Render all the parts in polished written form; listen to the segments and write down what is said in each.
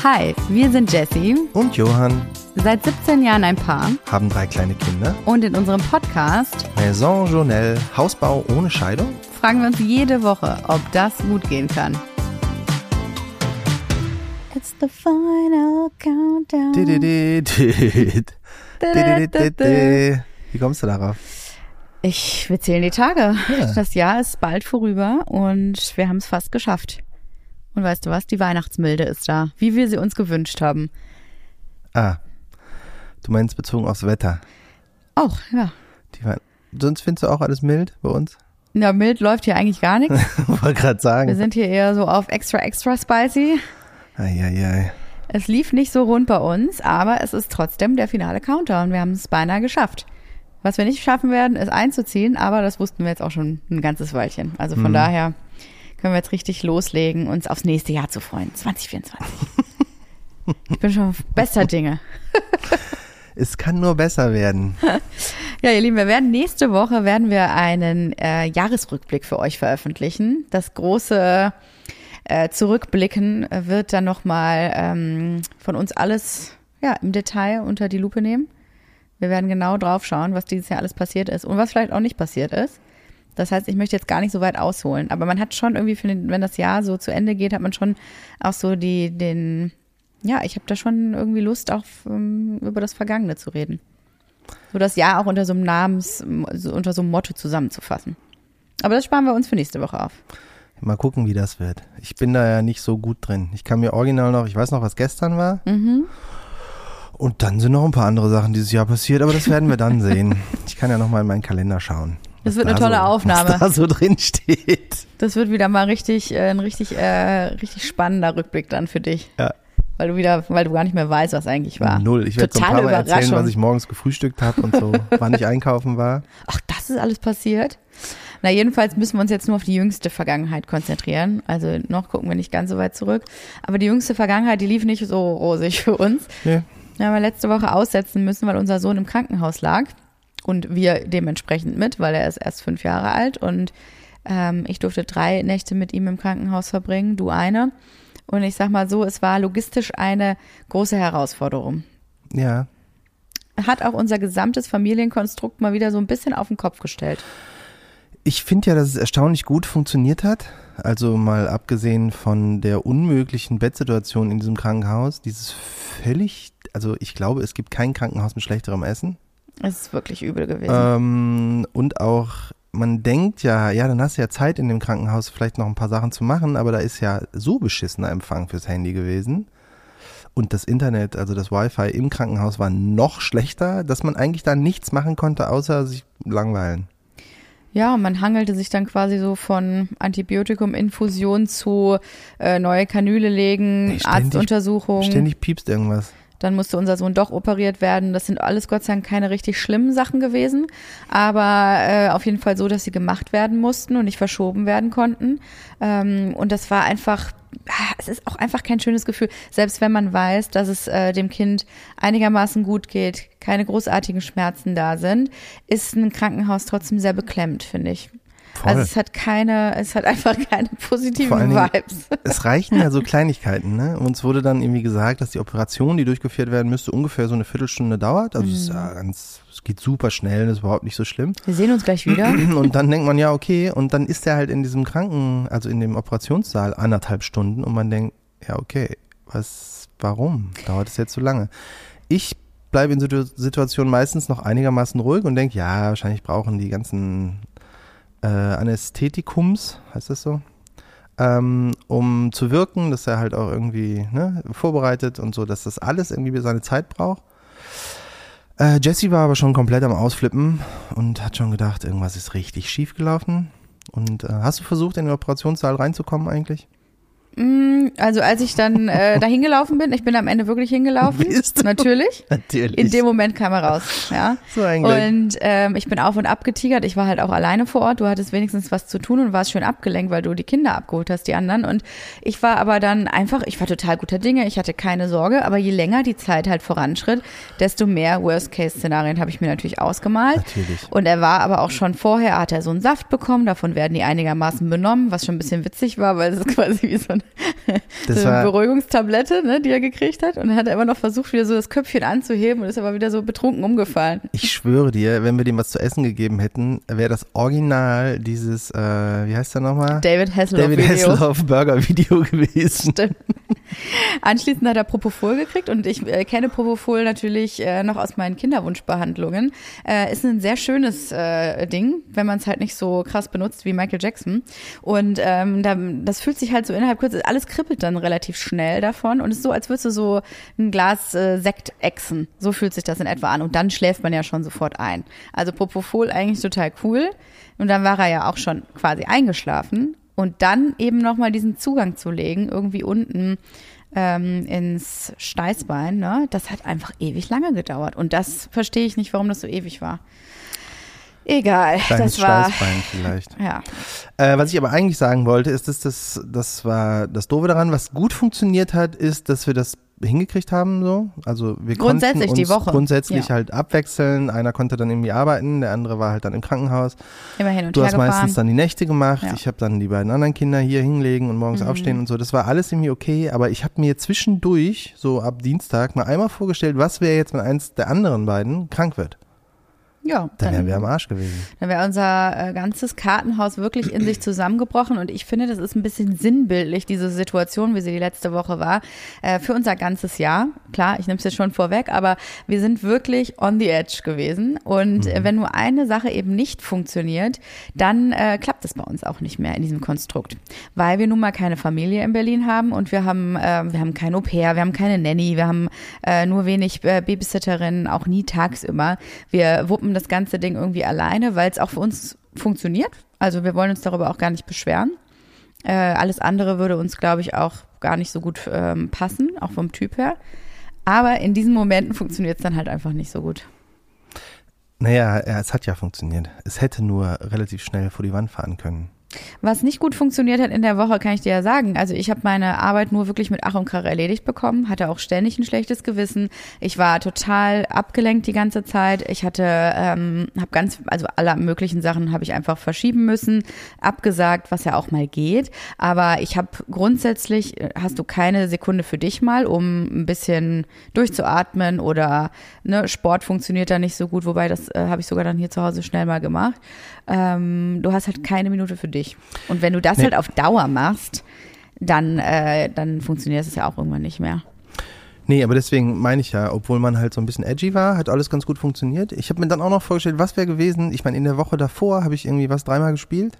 Hi, wir sind Jessie und Johann. Seit 17 Jahren ein Paar. Haben 3 kleine Kinder. Und in unserem Podcast Maison Journelle, Hausbau ohne Scheidung, fragen wir uns jede Woche, ob das gut gehen kann. It's the final countdown. Wie kommst du darauf? Wir zählen die Tage. Ja. Das Jahr ist bald vorüber und wir haben es fast geschafft. Und weißt du was? Die Weihnachtsmilde ist da, wie wir sie uns gewünscht haben. Ah, du meinst bezogen aufs Wetter. Auch, ja. Sonst findest du auch alles mild bei uns? Ja, mild läuft hier eigentlich gar nichts. Wollte gerade sagen. Wir sind hier eher so auf extra spicy. Eieiei. Es lief nicht so rund bei uns, aber es ist trotzdem der finale Countdown. Wir haben es beinahe geschafft. Was wir nicht schaffen werden, ist einzuziehen, aber das wussten wir jetzt auch schon ein ganzes Weilchen. Also von daher können wir jetzt richtig loslegen, uns aufs nächste Jahr zu freuen. 2024. Ich bin schon bester Dinge. Es kann nur besser werden. Ja, ihr Lieben, nächste Woche einen Jahresrückblick für euch veröffentlichen. Das große Zurückblicken wird dann nochmal von uns alles im Detail unter die Lupe nehmen. Wir werden genau drauf schauen, was dieses Jahr alles passiert ist und was vielleicht auch nicht passiert ist. Das heißt, ich möchte jetzt gar nicht so weit ausholen, aber man hat schon irgendwie, wenn das Jahr so zu Ende geht, hat man schon auch so ich habe da schon irgendwie Lust, auch über das Vergangene zu reden. So das Jahr auch unter so einem Motto zusammenzufassen. Aber das sparen wir uns für nächste Woche auf. Mal gucken, wie das wird. Ich bin da ja nicht so gut drin. Ich kann mir original ich weiß noch, was gestern war. Mhm. Und dann sind noch ein paar andere Sachen dieses Jahr passiert, aber das werden wir dann sehen. Ich kann ja noch mal in meinen Kalender schauen. Das wird eine tolle Aufnahme. Was da so drin steht. Das wird wieder mal ein richtig spannender Rückblick dann für dich. Ja. Weil du gar nicht mehr weißt, was eigentlich war. Null. Ich werde so ein paar Mal erzählen, was ich morgens gefrühstückt habe und so, wann ich einkaufen war. Ach, das ist alles passiert? Na, jedenfalls müssen wir uns jetzt nur auf die jüngste Vergangenheit konzentrieren. Also noch gucken wir nicht ganz so weit zurück. Aber die jüngste Vergangenheit, die lief nicht so rosig für uns. Ja. Wir haben letzte Woche aussetzen müssen, weil unser Sohn im Krankenhaus lag. Und wir dementsprechend mit, weil er ist erst 5 Jahre alt. Und ich durfte 3 Nächte mit ihm im Krankenhaus verbringen, du eine. Und ich sag mal so, es war logistisch eine große Herausforderung. Ja. Hat auch unser gesamtes Familienkonstrukt mal wieder so ein bisschen auf den Kopf gestellt. Ich finde ja, dass es erstaunlich gut funktioniert hat. Also mal abgesehen von der unmöglichen Bettsituation in diesem Krankenhaus, ich glaube, es gibt kein Krankenhaus mit schlechterem Essen. Es ist wirklich übel gewesen. Und auch, man denkt ja, dann hast du ja Zeit in dem Krankenhaus vielleicht noch ein paar Sachen zu machen, aber da ist ja so beschissener Empfang fürs Handy gewesen. Und das Internet, also das Wi-Fi im Krankenhaus war noch schlechter, dass man eigentlich da nichts machen konnte, außer sich langweilen. Ja, und man hangelte sich dann quasi so von Antibiotikum-Infusion zu neue Kanüle legen, Arztuntersuchungen. Ständig piepst irgendwas. Dann musste unser Sohn doch operiert werden. Das sind alles Gott sei Dank keine richtig schlimmen Sachen gewesen, aber auf jeden Fall so, dass sie gemacht werden mussten und nicht verschoben werden konnten. Und das war es ist auch einfach kein schönes Gefühl, selbst wenn man weiß, dass es dem Kind einigermaßen gut geht, keine großartigen Schmerzen da sind, ist ein Krankenhaus trotzdem sehr beklemmt, finde ich. Voll. Also es hat einfach keine positiven Vibes. Es reichen ja so Kleinigkeiten, ne? Uns wurde dann irgendwie gesagt, dass die Operation, die durchgeführt werden müsste, ungefähr so eine Viertelstunde dauert. Also es geht super schnell, das ist überhaupt nicht so schlimm. Wir sehen uns gleich wieder. Und dann denkt man, ja, okay, und dann ist er halt in diesem also in dem Operationssaal 1,5 Stunden und man denkt, ja, okay, warum dauert es jetzt so lange? Ich bleibe in Situationen meistens noch einigermaßen ruhig und denke, ja, wahrscheinlich brauchen die ganzen Anästhetikums, heißt das so, um zu wirken, dass er halt auch irgendwie vorbereitet und so, dass das alles irgendwie seine Zeit braucht. Jessie war aber schon komplett am Ausflippen und hat schon gedacht, irgendwas ist richtig schief gelaufen. Und hast du versucht, in den Operationssaal reinzukommen eigentlich? Also als ich dann da hingelaufen bin, ich bin am Ende wirklich hingelaufen. Bist du? Natürlich. Natürlich. In dem Moment kam er raus. Ja. So ein Glück. Und ich bin auf und ab getigert. Ich war halt auch alleine vor Ort. Du hattest wenigstens was zu tun und warst schön abgelenkt, weil du die Kinder abgeholt hast, die anderen. Und ich war aber dann ich war total guter Dinge. Ich hatte keine Sorge. Aber je länger die Zeit halt voranschritt, desto mehr Worst-Case-Szenarien habe ich mir natürlich ausgemalt. Natürlich. Und er war aber auch schon vorher, hat er so einen Saft bekommen. Davon werden die einigermaßen benommen, was schon ein bisschen witzig war, weil es ist quasi wie so eine eine Beruhigungstablette, ne, die er gekriegt hat. Und dann hat er immer noch versucht, wieder so das Köpfchen anzuheben und ist aber wieder so betrunken umgefallen. Ich schwöre dir, wenn wir dem was zu essen gegeben hätten, wäre das Original dieses, wie heißt der nochmal? David Hasselhoff Burger-Video gewesen. Stimmt. Anschließend hat er Propofol gekriegt und ich kenne Propofol natürlich noch aus meinen Kinderwunschbehandlungen. Ist ein sehr schönes Ding, wenn man es halt nicht so krass benutzt wie Michael Jackson. Und das fühlt sich halt so innerhalb kurz, alles kribbelt dann relativ schnell davon und es ist so, als würdest du so ein Glas Sekt ächzen. So fühlt sich das in etwa an und dann schläft man ja schon sofort ein. Also Propofol eigentlich total cool und dann war er ja auch schon quasi eingeschlafen. Und dann eben nochmal diesen Zugang zu legen, irgendwie unten ins Steißbein, ne? Das hat einfach ewig lange gedauert. Und das verstehe ich nicht, warum das so ewig war. Egal, kleines das war Steißbein vielleicht. Ja. Was ich aber eigentlich sagen wollte, ist, dass das war das Doofe daran, was gut funktioniert hat, ist, dass wir das hingekriegt haben so. Also wir grundsätzlich konnten uns die Woche grundsätzlich halt abwechseln. Einer konnte dann irgendwie arbeiten, der andere war halt dann im Krankenhaus. Immer hin und du her hast gefahren. meistens dann die Nächte gemacht. Ja. Ich habe dann die beiden anderen Kinder hier hinlegen und morgens aufstehen und so. Das war alles irgendwie okay, aber ich habe mir zwischendurch, so ab Dienstag, mal einmal vorgestellt, was wäre jetzt, wenn eins der anderen beiden krank wird. Ja, Dann wären wir am Arsch gewesen. Dann wäre unser ganzes Kartenhaus wirklich in sich zusammengebrochen und ich finde, das ist ein bisschen sinnbildlich, diese Situation, wie sie die letzte Woche war, für unser ganzes Jahr. Klar, ich nehme es jetzt schon vorweg, aber wir sind wirklich on the edge gewesen und wenn nur eine Sache eben nicht funktioniert, dann klappt es bei uns auch nicht mehr in diesem Konstrukt, weil wir nun mal keine Familie in Berlin haben und wir haben kein Au-pair, wir haben keine Nanny, wir haben nur wenig Babysitterinnen, auch nie tagsüber. Wir wuppen das ganze Ding irgendwie alleine, weil es auch für uns funktioniert. Also wir wollen uns darüber auch gar nicht beschweren. Alles andere würde uns, glaube ich, auch gar nicht so gut passen, auch vom Typ her. Aber in diesen Momenten funktioniert es dann halt einfach nicht so gut. Naja, es hat ja funktioniert. Es hätte nur relativ schnell vor die Wand fahren können. Was nicht gut funktioniert hat in der Woche, kann ich dir ja sagen. Also ich habe meine Arbeit nur wirklich mit Ach und Krach erledigt bekommen, hatte auch ständig ein schlechtes Gewissen. Ich war total abgelenkt die ganze Zeit. Ich hatte, also alle möglichen Sachen habe ich einfach verschieben müssen, abgesagt, was ja auch mal geht. Aber ich habe grundsätzlich, hast du keine Sekunde für dich mal, um ein bisschen durchzuatmen oder ne, Sport funktioniert da nicht so gut, wobei das habe ich sogar dann hier zu Hause schnell mal gemacht. Du hast halt keine Minute für dich. Und wenn du das halt auf Dauer machst, dann funktioniert es ja auch irgendwann nicht mehr. Nee, aber deswegen meine ich ja, obwohl man halt so ein bisschen edgy war, hat alles ganz gut funktioniert. Ich habe mir dann auch noch vorgestellt, was wäre gewesen, ich meine, in der Woche davor habe ich irgendwie dreimal gespielt.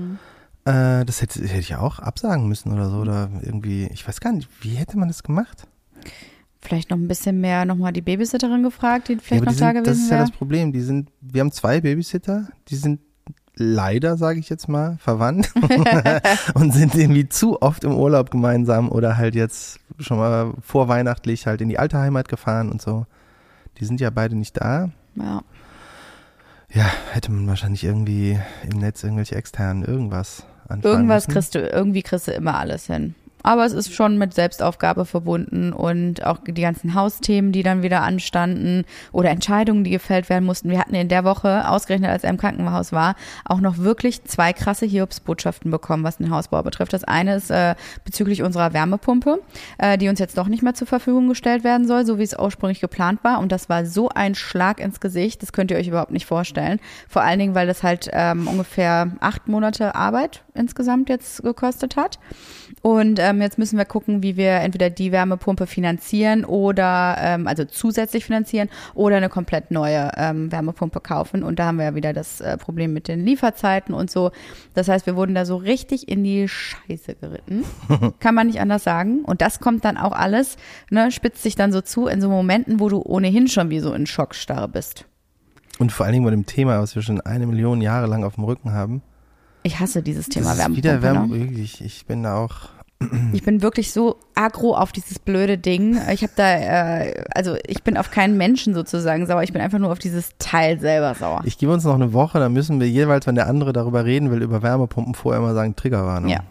Das hätte ich ja auch absagen müssen oder so. Oder irgendwie, ich weiß gar nicht, wie hätte man das gemacht? Vielleicht noch ein bisschen mehr nochmal die Babysitterin gefragt, die vielleicht noch da gewesen wäre. Das ist ja das Problem. Wir haben 2 Babysitter, die sind leider, sage ich jetzt mal, verwandt und sind irgendwie zu oft im Urlaub gemeinsam oder halt jetzt schon mal vorweihnachtlich halt in die alte Heimat gefahren und so. Die sind ja beide nicht da. Ja. Ja, hätte man wahrscheinlich irgendwie im Netz irgendwelche externen irgendwas anfangen müssen. Kriegst du immer alles hin. Aber es ist schon mit Selbstaufgabe verbunden und auch die ganzen Hausthemen, die dann wieder anstanden oder Entscheidungen, die gefällt werden mussten. Wir hatten in der Woche, ausgerechnet als er im Krankenhaus war, auch noch wirklich 2 krasse Hiobsbotschaften bekommen, was den Hausbau betrifft. Das eine ist bezüglich unserer Wärmepumpe, die uns jetzt doch nicht mehr zur Verfügung gestellt werden soll, so wie es ursprünglich geplant war. Und das war so ein Schlag ins Gesicht, das könnt ihr euch überhaupt nicht vorstellen. Vor allen Dingen, weil das halt ungefähr 8 Monate Arbeit insgesamt jetzt gekostet hat. Und jetzt müssen wir gucken, wie wir entweder die Wärmepumpe finanzieren oder also zusätzlich finanzieren oder eine komplett neue Wärmepumpe kaufen. Und da haben wir ja wieder das Problem mit den Lieferzeiten und so. Das heißt, wir wurden da so richtig in die Scheiße geritten. Kann man nicht anders sagen. Und das kommt dann auch alles, ne, spitzt sich dann so zu in so Momenten, wo du ohnehin schon wie so in Schockstarre bist. Und vor allen Dingen bei dem Thema, was wir schon 1 Million Jahre lang auf dem Rücken haben. Ich hasse dieses Thema Wärmepumpe. Wieder Wärmepumpe, ich bin da auch. Ich bin wirklich so aggro auf dieses blöde Ding. Ich habe da, also ich bin auf keinen Menschen sozusagen sauer, ich bin einfach nur auf dieses Teil selber sauer. Ich gebe uns noch eine Woche, dann müssen wir jeweils, wenn der andere darüber reden will, über Wärmepumpen vorher mal sagen, Triggerwarnung. Ja.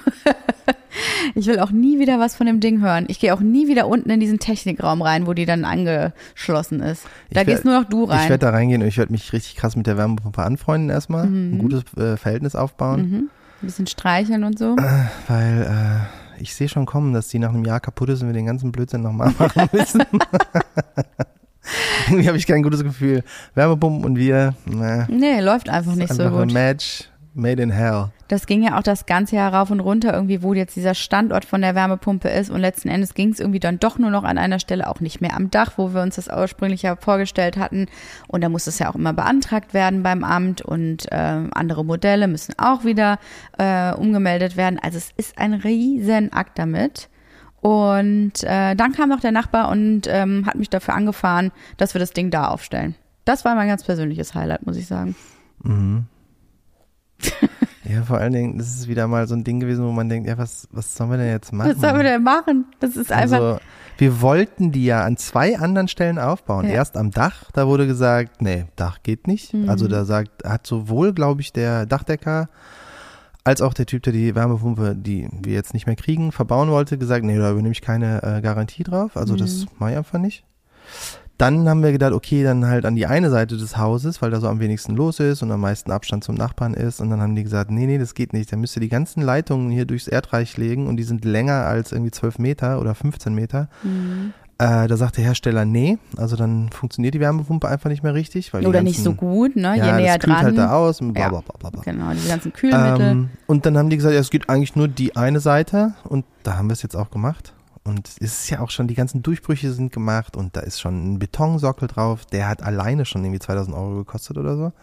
Ich will auch nie wieder was von dem Ding hören. Ich gehe auch nie wieder unten in diesen Technikraum rein, wo die dann angeschlossen ist. Da gehst nur noch du rein. Ich werde da reingehen und ich werde mich richtig krass mit der Wärmepumpe anfreunden erstmal, ein gutes Verhältnis aufbauen. Ein bisschen streicheln und so. Weil ich sehe schon kommen, dass die nach einem Jahr kaputt ist und wir den ganzen Blödsinn nochmal machen müssen. Irgendwie habe ich kein gutes Gefühl. Wärmepumpen und wir, Nee, läuft einfach nicht so gut. Ein Match made in hell. Das ging ja auch das ganze Jahr rauf und runter irgendwie, wo jetzt dieser Standort von der Wärmepumpe ist und letzten Endes ging es irgendwie dann doch nur noch an einer Stelle, auch nicht mehr am Dach, wo wir uns das ursprünglich ja vorgestellt hatten und da muss es ja auch immer beantragt werden beim Amt und andere Modelle müssen auch wieder umgemeldet werden. Also es ist ein Riesenakt damit. Und dann kam noch der Nachbar und hat mich dafür angefahren, dass wir das Ding da aufstellen. Das war mein ganz persönliches Highlight, muss ich sagen. Mhm. Ja, vor allen Dingen, das ist wieder mal so ein Ding gewesen, wo man denkt, ja, was sollen wir denn jetzt machen? Was sollen wir denn machen? Das ist einfach... Also, wir wollten die ja an 2 anderen Stellen aufbauen. Ja. Erst am Dach, da wurde gesagt, nee, Dach geht nicht. Mhm. Also da hat sowohl, glaube ich, der Dachdecker als auch der Typ, der die Wärmepumpe, die wir jetzt nicht mehr kriegen, verbauen wollte, gesagt, nee, da übernehme ich keine Garantie drauf. Also das mache ich einfach nicht. Dann haben wir gedacht, okay, dann halt an die eine Seite des Hauses, weil da so am wenigsten los ist und am meisten Abstand zum Nachbarn ist. Und dann haben die gesagt, nee, das geht nicht. Da müsst ihr die ganzen Leitungen hier durchs Erdreich legen und die sind länger als irgendwie 12 Meter oder 15 Meter. Mhm. Da sagt der Hersteller, nee, also dann funktioniert die Wärmepumpe einfach nicht mehr richtig. Weil oder die ganzen, nicht so gut, ne? Ja, Je näher das kühlt dran. halt da aus und ja, blablabla. genau, diese ganzen Kühlmittel. Und dann haben die gesagt, ja, es geht eigentlich nur die eine Seite und da haben wir es jetzt auch gemacht. Und es ist ja auch schon, die ganzen Durchbrüche sind gemacht und da ist schon ein Betonsockel drauf, der hat alleine schon irgendwie 2.000 Euro gekostet oder so.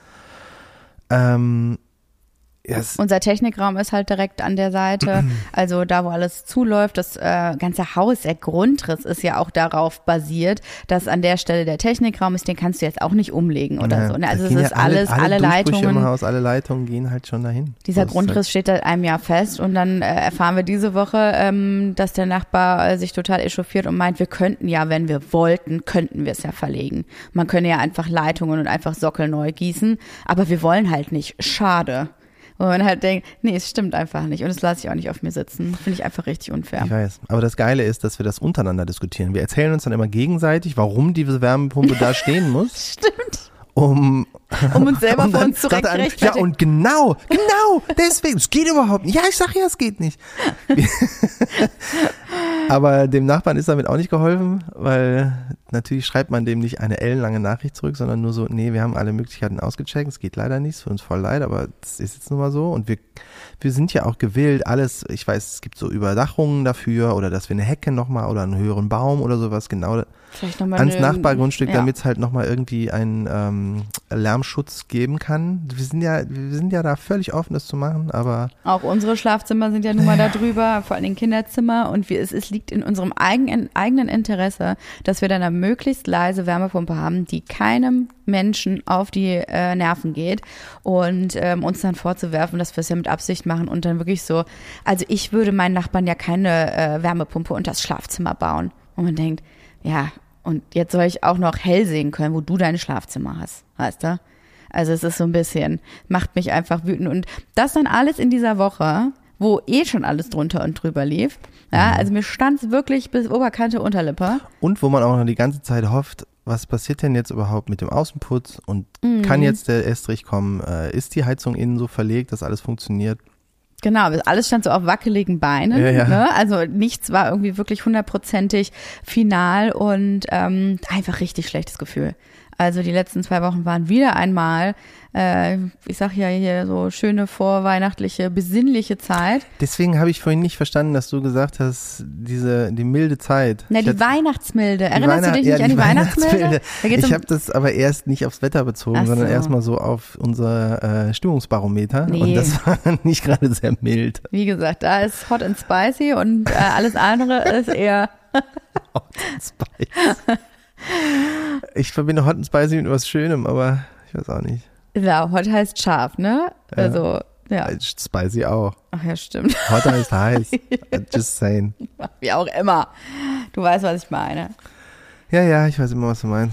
Unser Technikraum ist halt direkt an der Seite, also da, wo alles zuläuft, das ganze Haus, der Grundriss ist ja auch darauf basiert, dass an der Stelle der Technikraum ist, den kannst du jetzt auch nicht umlegen oder so. Ne? Also es ist alles, alle Leitungen. Im Haus, alle Leitungen gehen halt schon dahin. Dieser Grundriss steht seit einem Jahr fest und dann erfahren wir diese Woche, dass der Nachbar sich total echauffiert und meint, wir könnten ja, wenn wir wollten, könnten wir es ja verlegen. Man könne ja einfach Leitungen und einfach Sockel neu gießen, aber wir wollen halt nicht. Schade. Wo man halt denkt, nee, es stimmt einfach nicht. Und das lasse ich auch nicht auf mir sitzen. Finde ich einfach richtig unfair. Ich weiß. Aber das Geile ist, dass wir das untereinander diskutieren. Wir erzählen uns dann immer gegenseitig, warum diese Wärmepumpe da stehen muss. Stimmt. Um uns selber von uns zu rechtfertigen. Ja, und genau, deswegen. Es geht überhaupt nicht. Ja, ich sag ja, es geht nicht. Aber dem Nachbarn ist damit auch nicht geholfen, weil natürlich schreibt man dem nicht eine ellenlange Nachricht zurück, sondern nur so, nee, wir haben alle Möglichkeiten ausgecheckt, es geht leider nicht, ist für uns voll leid, aber das ist jetzt nun mal so und wir sind ja auch gewillt, alles, ich weiß, es gibt so Überdachungen dafür oder dass wir eine Hecke nochmal oder einen höheren Baum oder sowas genau ans Nachbargrundstück, damit es halt nochmal irgendwie einen Lärmschutz geben kann. Wir sind ja da völlig offen, das zu machen, aber auch unsere Schlafzimmer sind ja nun mal da drüber, vor allem den Kinderzimmer und es liegt in unserem eigenen Interesse, dass wir dann eine möglichst leise Wärmepumpe haben, die keinem Menschen auf die Nerven geht und uns dann vorzuwerfen, dass wir es ja mit Absicht machen und dann wirklich so, also ich würde meinen Nachbarn ja keine Wärmepumpe unter das Schlafzimmer bauen. Und man denkt, ja, und jetzt soll ich auch noch hell sehen können, wo du dein Schlafzimmer hast, weißt du? Also es ist so ein bisschen, macht mich einfach wütend und das dann alles in dieser Woche, wo schon alles drunter und drüber lief. Ja, also mir stand es wirklich bis Oberkante Unterlippe. Und wo man auch noch die ganze Zeit hofft, was passiert denn jetzt überhaupt mit dem Außenputz und kann jetzt der Estrich kommen? Ist die Heizung innen so verlegt, dass alles funktioniert? Genau, alles stand so auf wackeligen Beinen. Ja. Ne? Also nichts war irgendwie wirklich 100%ig final und einfach richtig schlechtes Gefühl. Also die letzten 2 Wochen waren wieder einmal, ich sag ja hier so schöne vorweihnachtliche, besinnliche Zeit. Deswegen habe ich vorhin nicht verstanden, dass du gesagt hast, die milde Zeit. Na, die Weihnachtsmilde. Erinnerst du dich nicht an die Weihnachtsmilde? Ich habe das aber erst nicht aufs Wetter bezogen, sondern erstmal so auf unser Stimmungsbarometer. Nee. Und das war nicht gerade sehr mild. Wie gesagt, da ist hot and spicy und alles andere ist eher hot and spicy. Ich verbinde Hot and Spicy mit was Schönem, aber ich weiß auch nicht. Ja, Hot heißt scharf, ne? Ja. Also, ja. Spicy auch. Ach ja, stimmt. Hot heißt heiß. Just saying. Wie auch immer. Du weißt, was ich meine. Ja, ich weiß immer, was du meinst.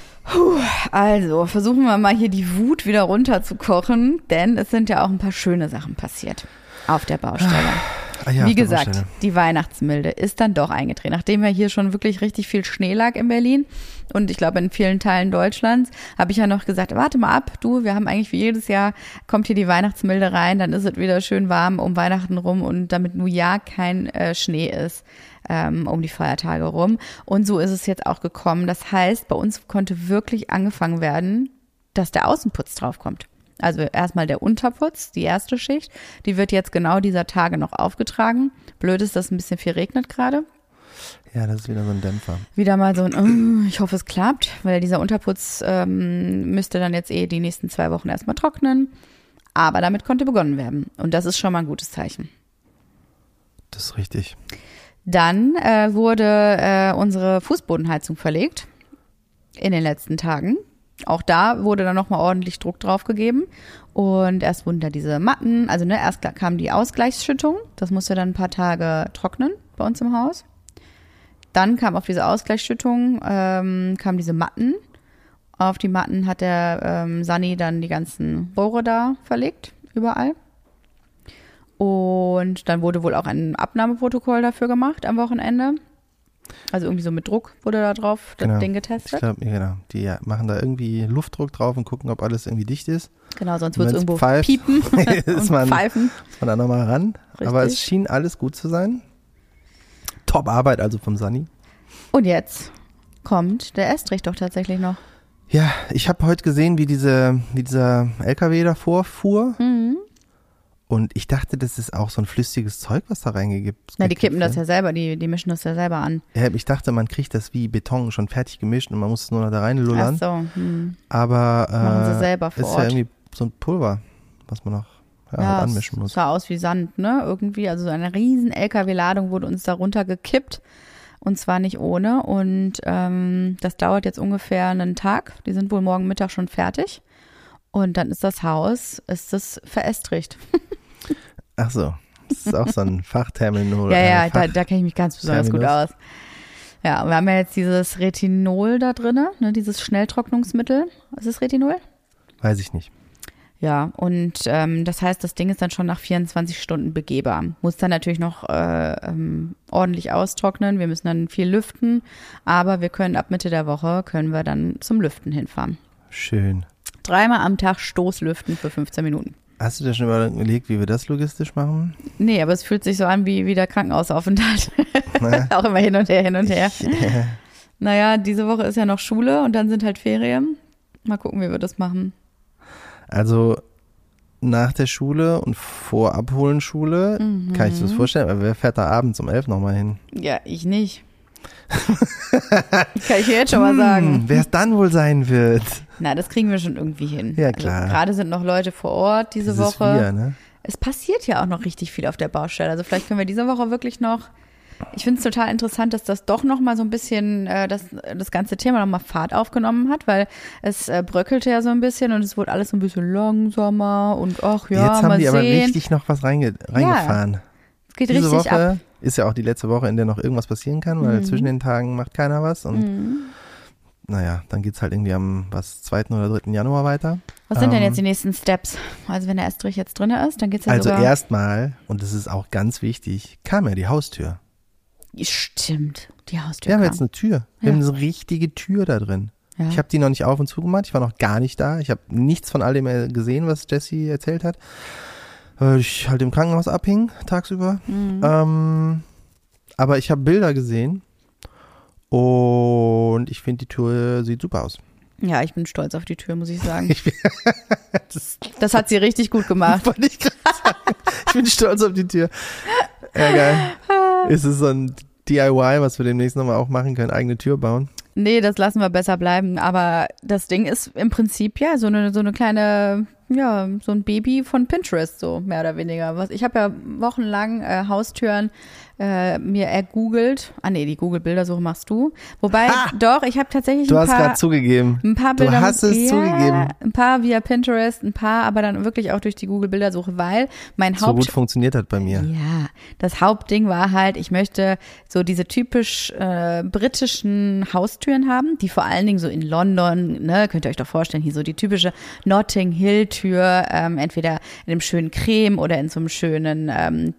Also, versuchen wir mal hier die Wut wieder runterzukochen, denn es sind ja auch ein paar schöne Sachen passiert auf der Baustelle. Ja, wie gesagt, die Weihnachtsmilde ist dann doch eingetreten. Nachdem ja hier schon wirklich richtig viel Schnee lag in Berlin und ich glaube in vielen Teilen Deutschlands, habe ich ja noch gesagt, warte mal ab, du, wir haben eigentlich wie jedes Jahr, kommt hier die Weihnachtsmilde rein, dann ist es wieder schön warm um Weihnachten rum und damit nur ja kein Schnee ist um die Feiertage rum. Und so ist es jetzt auch gekommen. Das heißt, bei uns konnte wirklich angefangen werden, dass der Außenputz draufkommt. Also erstmal der Unterputz, die erste Schicht, die wird jetzt genau dieser Tage noch aufgetragen. Blöd ist, dass es ein bisschen viel regnet gerade. Ja, das ist wieder so ein Dämpfer. Wieder mal so ein, ich hoffe es klappt, weil dieser Unterputz müsste dann jetzt die nächsten 2 Wochen erstmal trocknen. Aber damit konnte begonnen werden. Und das ist schon mal ein gutes Zeichen. Das ist richtig. Dann wurde unsere Fußbodenheizung verlegt in den letzten Tagen. Auch da wurde dann nochmal ordentlich Druck drauf gegeben und erst wurden da diese Matten, also erst kam die Ausgleichsschüttung, das musste dann ein paar Tage trocknen bei uns im Haus. Dann kam auf diese Ausgleichsschüttung, kamen diese Matten. Auf die Matten hat der Sani dann die ganzen Rohre da verlegt, überall. Und dann wurde wohl auch ein Abnahmeprotokoll dafür gemacht am Wochenende. Also irgendwie so mit Druck wurde da drauf das Ding getestet. Ich glaube, genau. Die machen da irgendwie Luftdruck drauf und gucken, ob alles irgendwie dicht ist. Genau, sonst wird es irgendwo pfeift, piepen und pfeifen. Ist man da nochmal ran. Richtig. Aber es schien alles gut zu sein. Top Arbeit also vom Sani. Und jetzt kommt der Estrich doch tatsächlich noch. Ja, ich habe heute gesehen, wie dieser LKW davor fuhr. Mhm. Und ich dachte, das ist auch so ein flüssiges Zeug, was da reingegibt. Na, die kippen das ja selber, die mischen das ja selber an. Ja, ich dachte, man kriegt das wie Beton schon fertig gemischt und man muss es nur noch da reinlullern. Ach so. Aber machen sie selber vor ist Ort. Ja irgendwie so ein Pulver, was man noch halt anmischen muss. Es sah aus wie Sand, ne? Irgendwie, also so eine riesen LKW-Ladung wurde uns da runtergekippt. Und zwar nicht ohne. Und das dauert jetzt ungefähr einen Tag. Die sind wohl morgen Mittag schon fertig. Und dann ist das Haus, verestricht. Ach so, das ist auch so ein Fachterminal. Ja, da kenne ich mich ganz besonders gut aus. Ja, wir haben ja jetzt dieses Retinol da drin, ne, dieses Schnelltrocknungsmittel. Ist es Retinol? Weiß ich nicht. Ja, und das heißt, das Ding ist dann schon nach 24 Stunden begehbar. Muss dann natürlich noch ordentlich austrocknen. Wir müssen dann viel lüften, aber wir können ab Mitte der Woche dann zum Lüften hinfahren. Schön. 3-mal am Tag Stoßlüften für 15 Minuten. Hast du dir schon überlegt, wie wir das logistisch machen? Nee, aber es fühlt sich so an wie der Krankenhausaufenthalt. Auch immer hin und her. Naja, diese Woche ist ja noch Schule und dann sind halt Ferien. Mal gucken, wie wir das machen. Also nach der Schule und vor Abholenschule, kann ich dir das vorstellen, aber wer fährt da abends um 11 nochmal hin? Ja, ich nicht. Kann ich dir jetzt schon mal sagen. Wer es dann wohl sein wird. Na, das kriegen wir schon irgendwie hin. Ja, klar. Also, gerade sind noch Leute vor Ort diese Woche. Wir, ne? Es passiert ja auch noch richtig viel auf der Baustelle. Also vielleicht können wir diese Woche wirklich noch. Ich finde es total interessant, dass das doch noch mal so ein bisschen das ganze Thema noch mal Fahrt aufgenommen hat, weil es bröckelte ja so ein bisschen und es wurde alles so ein bisschen langsamer und ach ja, jetzt haben mal die sehen. Aber richtig noch was reingefahren. Es geht Diese richtig Woche ab. Ist ja auch die letzte Woche, in der noch irgendwas passieren kann, weil zwischen den Tagen macht keiner was und naja, dann geht's halt irgendwie am 2. oder 3. Januar weiter. Was sind denn jetzt die nächsten Steps? Also wenn der Estrich jetzt drin ist, dann geht's ja also sogar... Also erstmal, und das ist auch ganz wichtig, kam ja die Haustür. Stimmt, die Haustür Wir haben kam. jetzt eine Tür. Wir haben eine richtige Tür da drin. Ja. Ich habe die noch nicht auf und zu gemacht. Ich war noch gar nicht da. Ich habe nichts von all dem gesehen, was Jessie erzählt hat. Weil ich halt im Krankenhaus abhing, tagsüber. Aber ich habe Bilder gesehen. Und ich finde, die Tür sieht super aus. Ja, ich bin stolz auf die Tür, muss ich sagen. Das hat sie richtig gut gemacht. Wollte ich gerade sagen. Ich bin stolz auf die Tür. Ja, geil. Ist es so ein DIY, was wir demnächst nochmal auch machen können, eigene Tür bauen? Nee, das lassen wir besser bleiben. Aber das Ding ist im Prinzip ja so eine kleine, ja, so ein Baby von Pinterest, so mehr oder weniger. Ich habe ja wochenlang Haustüren mir ergoogelt. Ah nee, die Google-Bildersuche machst du. Wobei, doch, ich habe tatsächlich Du hast gerade zugegeben. Ein paar Bilder. Du hast es zugegeben. Ein paar via Pinterest, ein paar aber dann wirklich auch durch die Google-Bildersuche, weil so gut funktioniert hat bei mir. Ja, das Hauptding war halt, ich möchte so diese typisch britischen Haustüren haben, die vor allen Dingen so in London, ne, könnt ihr euch doch vorstellen, hier so die typische Notting Hill Tür, entweder in einem schönen Creme oder in so einem schönen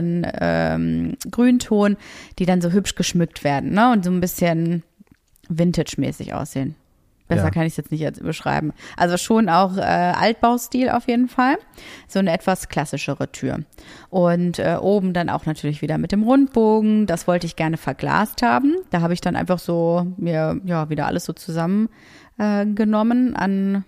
dunklen Grünton, die dann so hübsch geschmückt werden, ne? Und so ein bisschen Vintage-mäßig aussehen. Besser kann ich es jetzt nicht jetzt beschreiben. Also schon auch Altbaustil auf jeden Fall. So eine etwas klassischere Tür. Und oben dann auch natürlich wieder mit dem Rundbogen. Das wollte ich gerne verglast haben. Da habe ich dann einfach so mir wieder alles so zusammen genommen an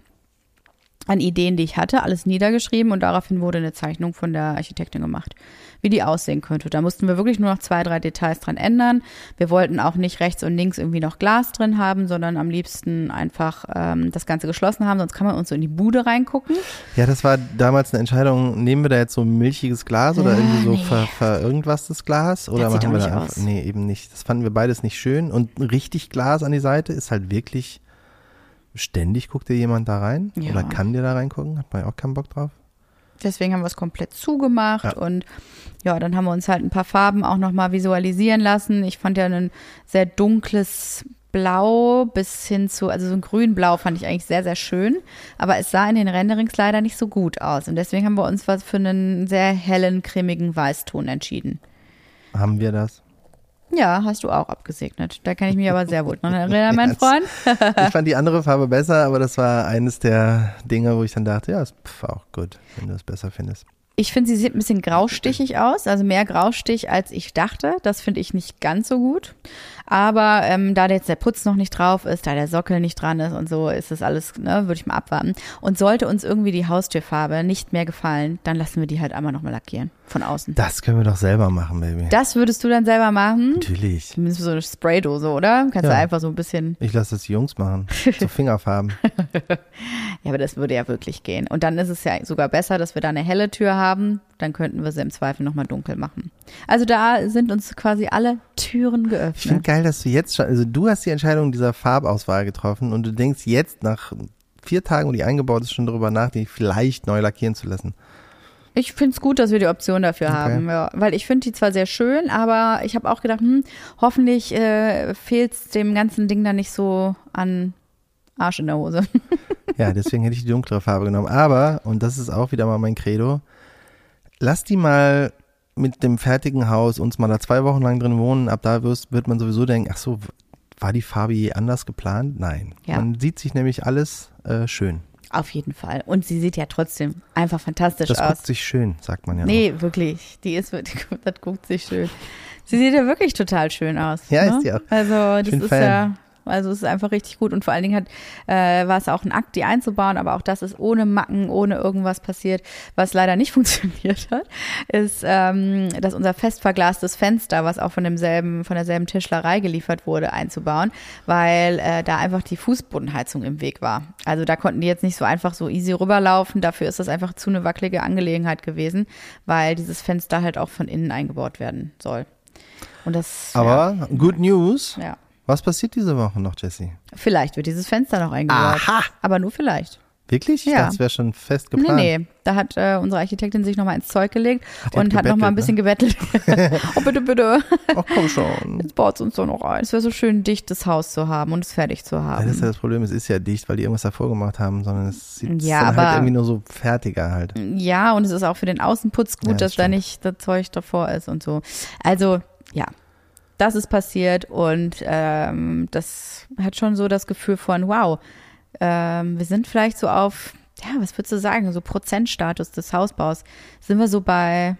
Ideen, die ich hatte, alles niedergeschrieben und daraufhin wurde eine Zeichnung von der Architektin gemacht, wie die aussehen könnte. Da mussten wir wirklich nur noch 2, 3 Details dran ändern. Wir wollten auch nicht rechts und links irgendwie noch Glas drin haben, sondern am liebsten einfach das Ganze geschlossen haben, sonst kann man uns so in die Bude reingucken. Ja, das war damals eine Entscheidung, nehmen wir da jetzt so milchiges Glas oder irgendwie so irgendwas das Glas? Oder das machen sieht wir auch da nicht einfach, aus. nee, eben nicht. Das fanden wir beides nicht schön und richtig Glas an die Seite ist halt wirklich, ständig guckt dir jemand da rein Ja. oder kann dir da reingucken, hat man ja auch keinen Bock drauf. Deswegen haben wir es komplett zugemacht und ja, dann haben wir uns halt ein paar Farben auch nochmal visualisieren lassen. Ich fand ja ein sehr dunkles Blau bis hin zu, also so ein Grün-Blau fand ich eigentlich sehr, sehr schön, aber es sah in den Renderings leider nicht so gut aus und deswegen haben wir uns was für einen sehr hellen, cremigen Weißton entschieden. Haben wir das? Ja, hast du auch abgesegnet. Da kann ich mich aber sehr gut noch erinnern, mein Freund. Ich fand die andere Farbe besser, aber das war eines der Dinge, wo ich dann dachte, ja, ist auch gut, wenn du es besser findest. Ich finde, sie sieht ein bisschen graustichig aus, also mehr Graustich, als ich dachte. Das finde ich nicht ganz so gut. Aber da jetzt der Putz noch nicht drauf ist, da der Sockel nicht dran ist und so, ist das alles, ne, würde ich mal abwarten. Und sollte uns irgendwie die Haustürfarbe nicht mehr gefallen, dann lassen wir die halt einmal nochmal lackieren, von außen. Das können wir doch selber machen, Baby. Das würdest du dann selber machen? Natürlich. Zumindest so eine Spraydose, oder? Kannst du einfach so ein bisschen. Ich lasse das die Jungs machen. So Fingerfarben. Ja, aber das würde ja wirklich gehen. Und dann ist es ja sogar besser, dass wir da eine helle Tür haben. Dann könnten wir sie im Zweifel nochmal dunkel machen. Also da sind uns quasi alle Türen geöffnet. Ich finde geil, dass du jetzt schon, also du hast die Entscheidung dieser Farbauswahl getroffen und du denkst jetzt nach 4 Tagen, wo die eingebaut ist, schon darüber nach, die vielleicht neu lackieren zu lassen. Ich finde es gut, dass wir die Option dafür haben, ja. Weil ich finde die zwar sehr schön, aber ich habe auch gedacht, hoffentlich fehlt es dem ganzen Ding dann nicht so an Arsch in der Hose. Ja, deswegen hätte ich die dunklere Farbe genommen. Aber, und das ist auch wieder mal mein Credo, lass die mal mit dem fertigen Haus uns mal da 2 Wochen lang drin wohnen. Ab da wird man sowieso denken, ach so, war die Farbe je anders geplant? Nein. Ja. Man sieht sich nämlich alles schön. Auf jeden Fall. Und sie sieht ja trotzdem einfach fantastisch Das aus. guckt sich schön, sagt man ja. Nee, wirklich. Die ist wirklich, das guckt sich schön. Sie sieht ja wirklich total schön aus. Ja, ne? ist die auch. Also das Ich bin ist Fan. ja, also es ist einfach richtig gut und vor allen Dingen war es auch ein Akt, die einzubauen, aber auch das ist ohne Macken, ohne irgendwas passiert. Was leider nicht funktioniert hat, ist, dass unser fest verglastes Fenster, was auch von derselben Tischlerei geliefert wurde, einzubauen, weil da einfach die Fußbodenheizung im Weg war. Also da konnten die jetzt nicht so einfach so easy rüberlaufen. Dafür ist das einfach zu eine wackelige Angelegenheit gewesen, weil dieses Fenster halt auch von innen eingebaut werden soll. Und das, Aber good news. ja. Was passiert diese Woche noch, Jessie? Vielleicht wird dieses Fenster noch eingebaut. Aha. Aber nur vielleicht. Wirklich? Ich Ja. dachte, es wäre schon fest geplant. Nee. Da hat unsere Architektin sich nochmal ins Zeug gelegt Die und hat nochmal ein bisschen gebettelt. Oh, bitte. Ach komm schon. Jetzt baut es uns doch noch ein. Es wäre so schön, dicht das Haus zu haben und es fertig zu Ja, haben. das ist ja das Problem, es ist ja dicht, weil die irgendwas davor gemacht haben, sondern es sieht Ja, dann aber- halt irgendwie nur so fertiger halt. Ja, und es ist auch für den Außenputz gut, Ja, das dass da stimmt. nicht das Zeug davor ist und so. Also, ja. Das ist passiert und das hat schon so das Gefühl von, wow, wir sind vielleicht so auf, ja, was würdest du sagen, so Prozentstatus des Hausbaus. Sind wir so bei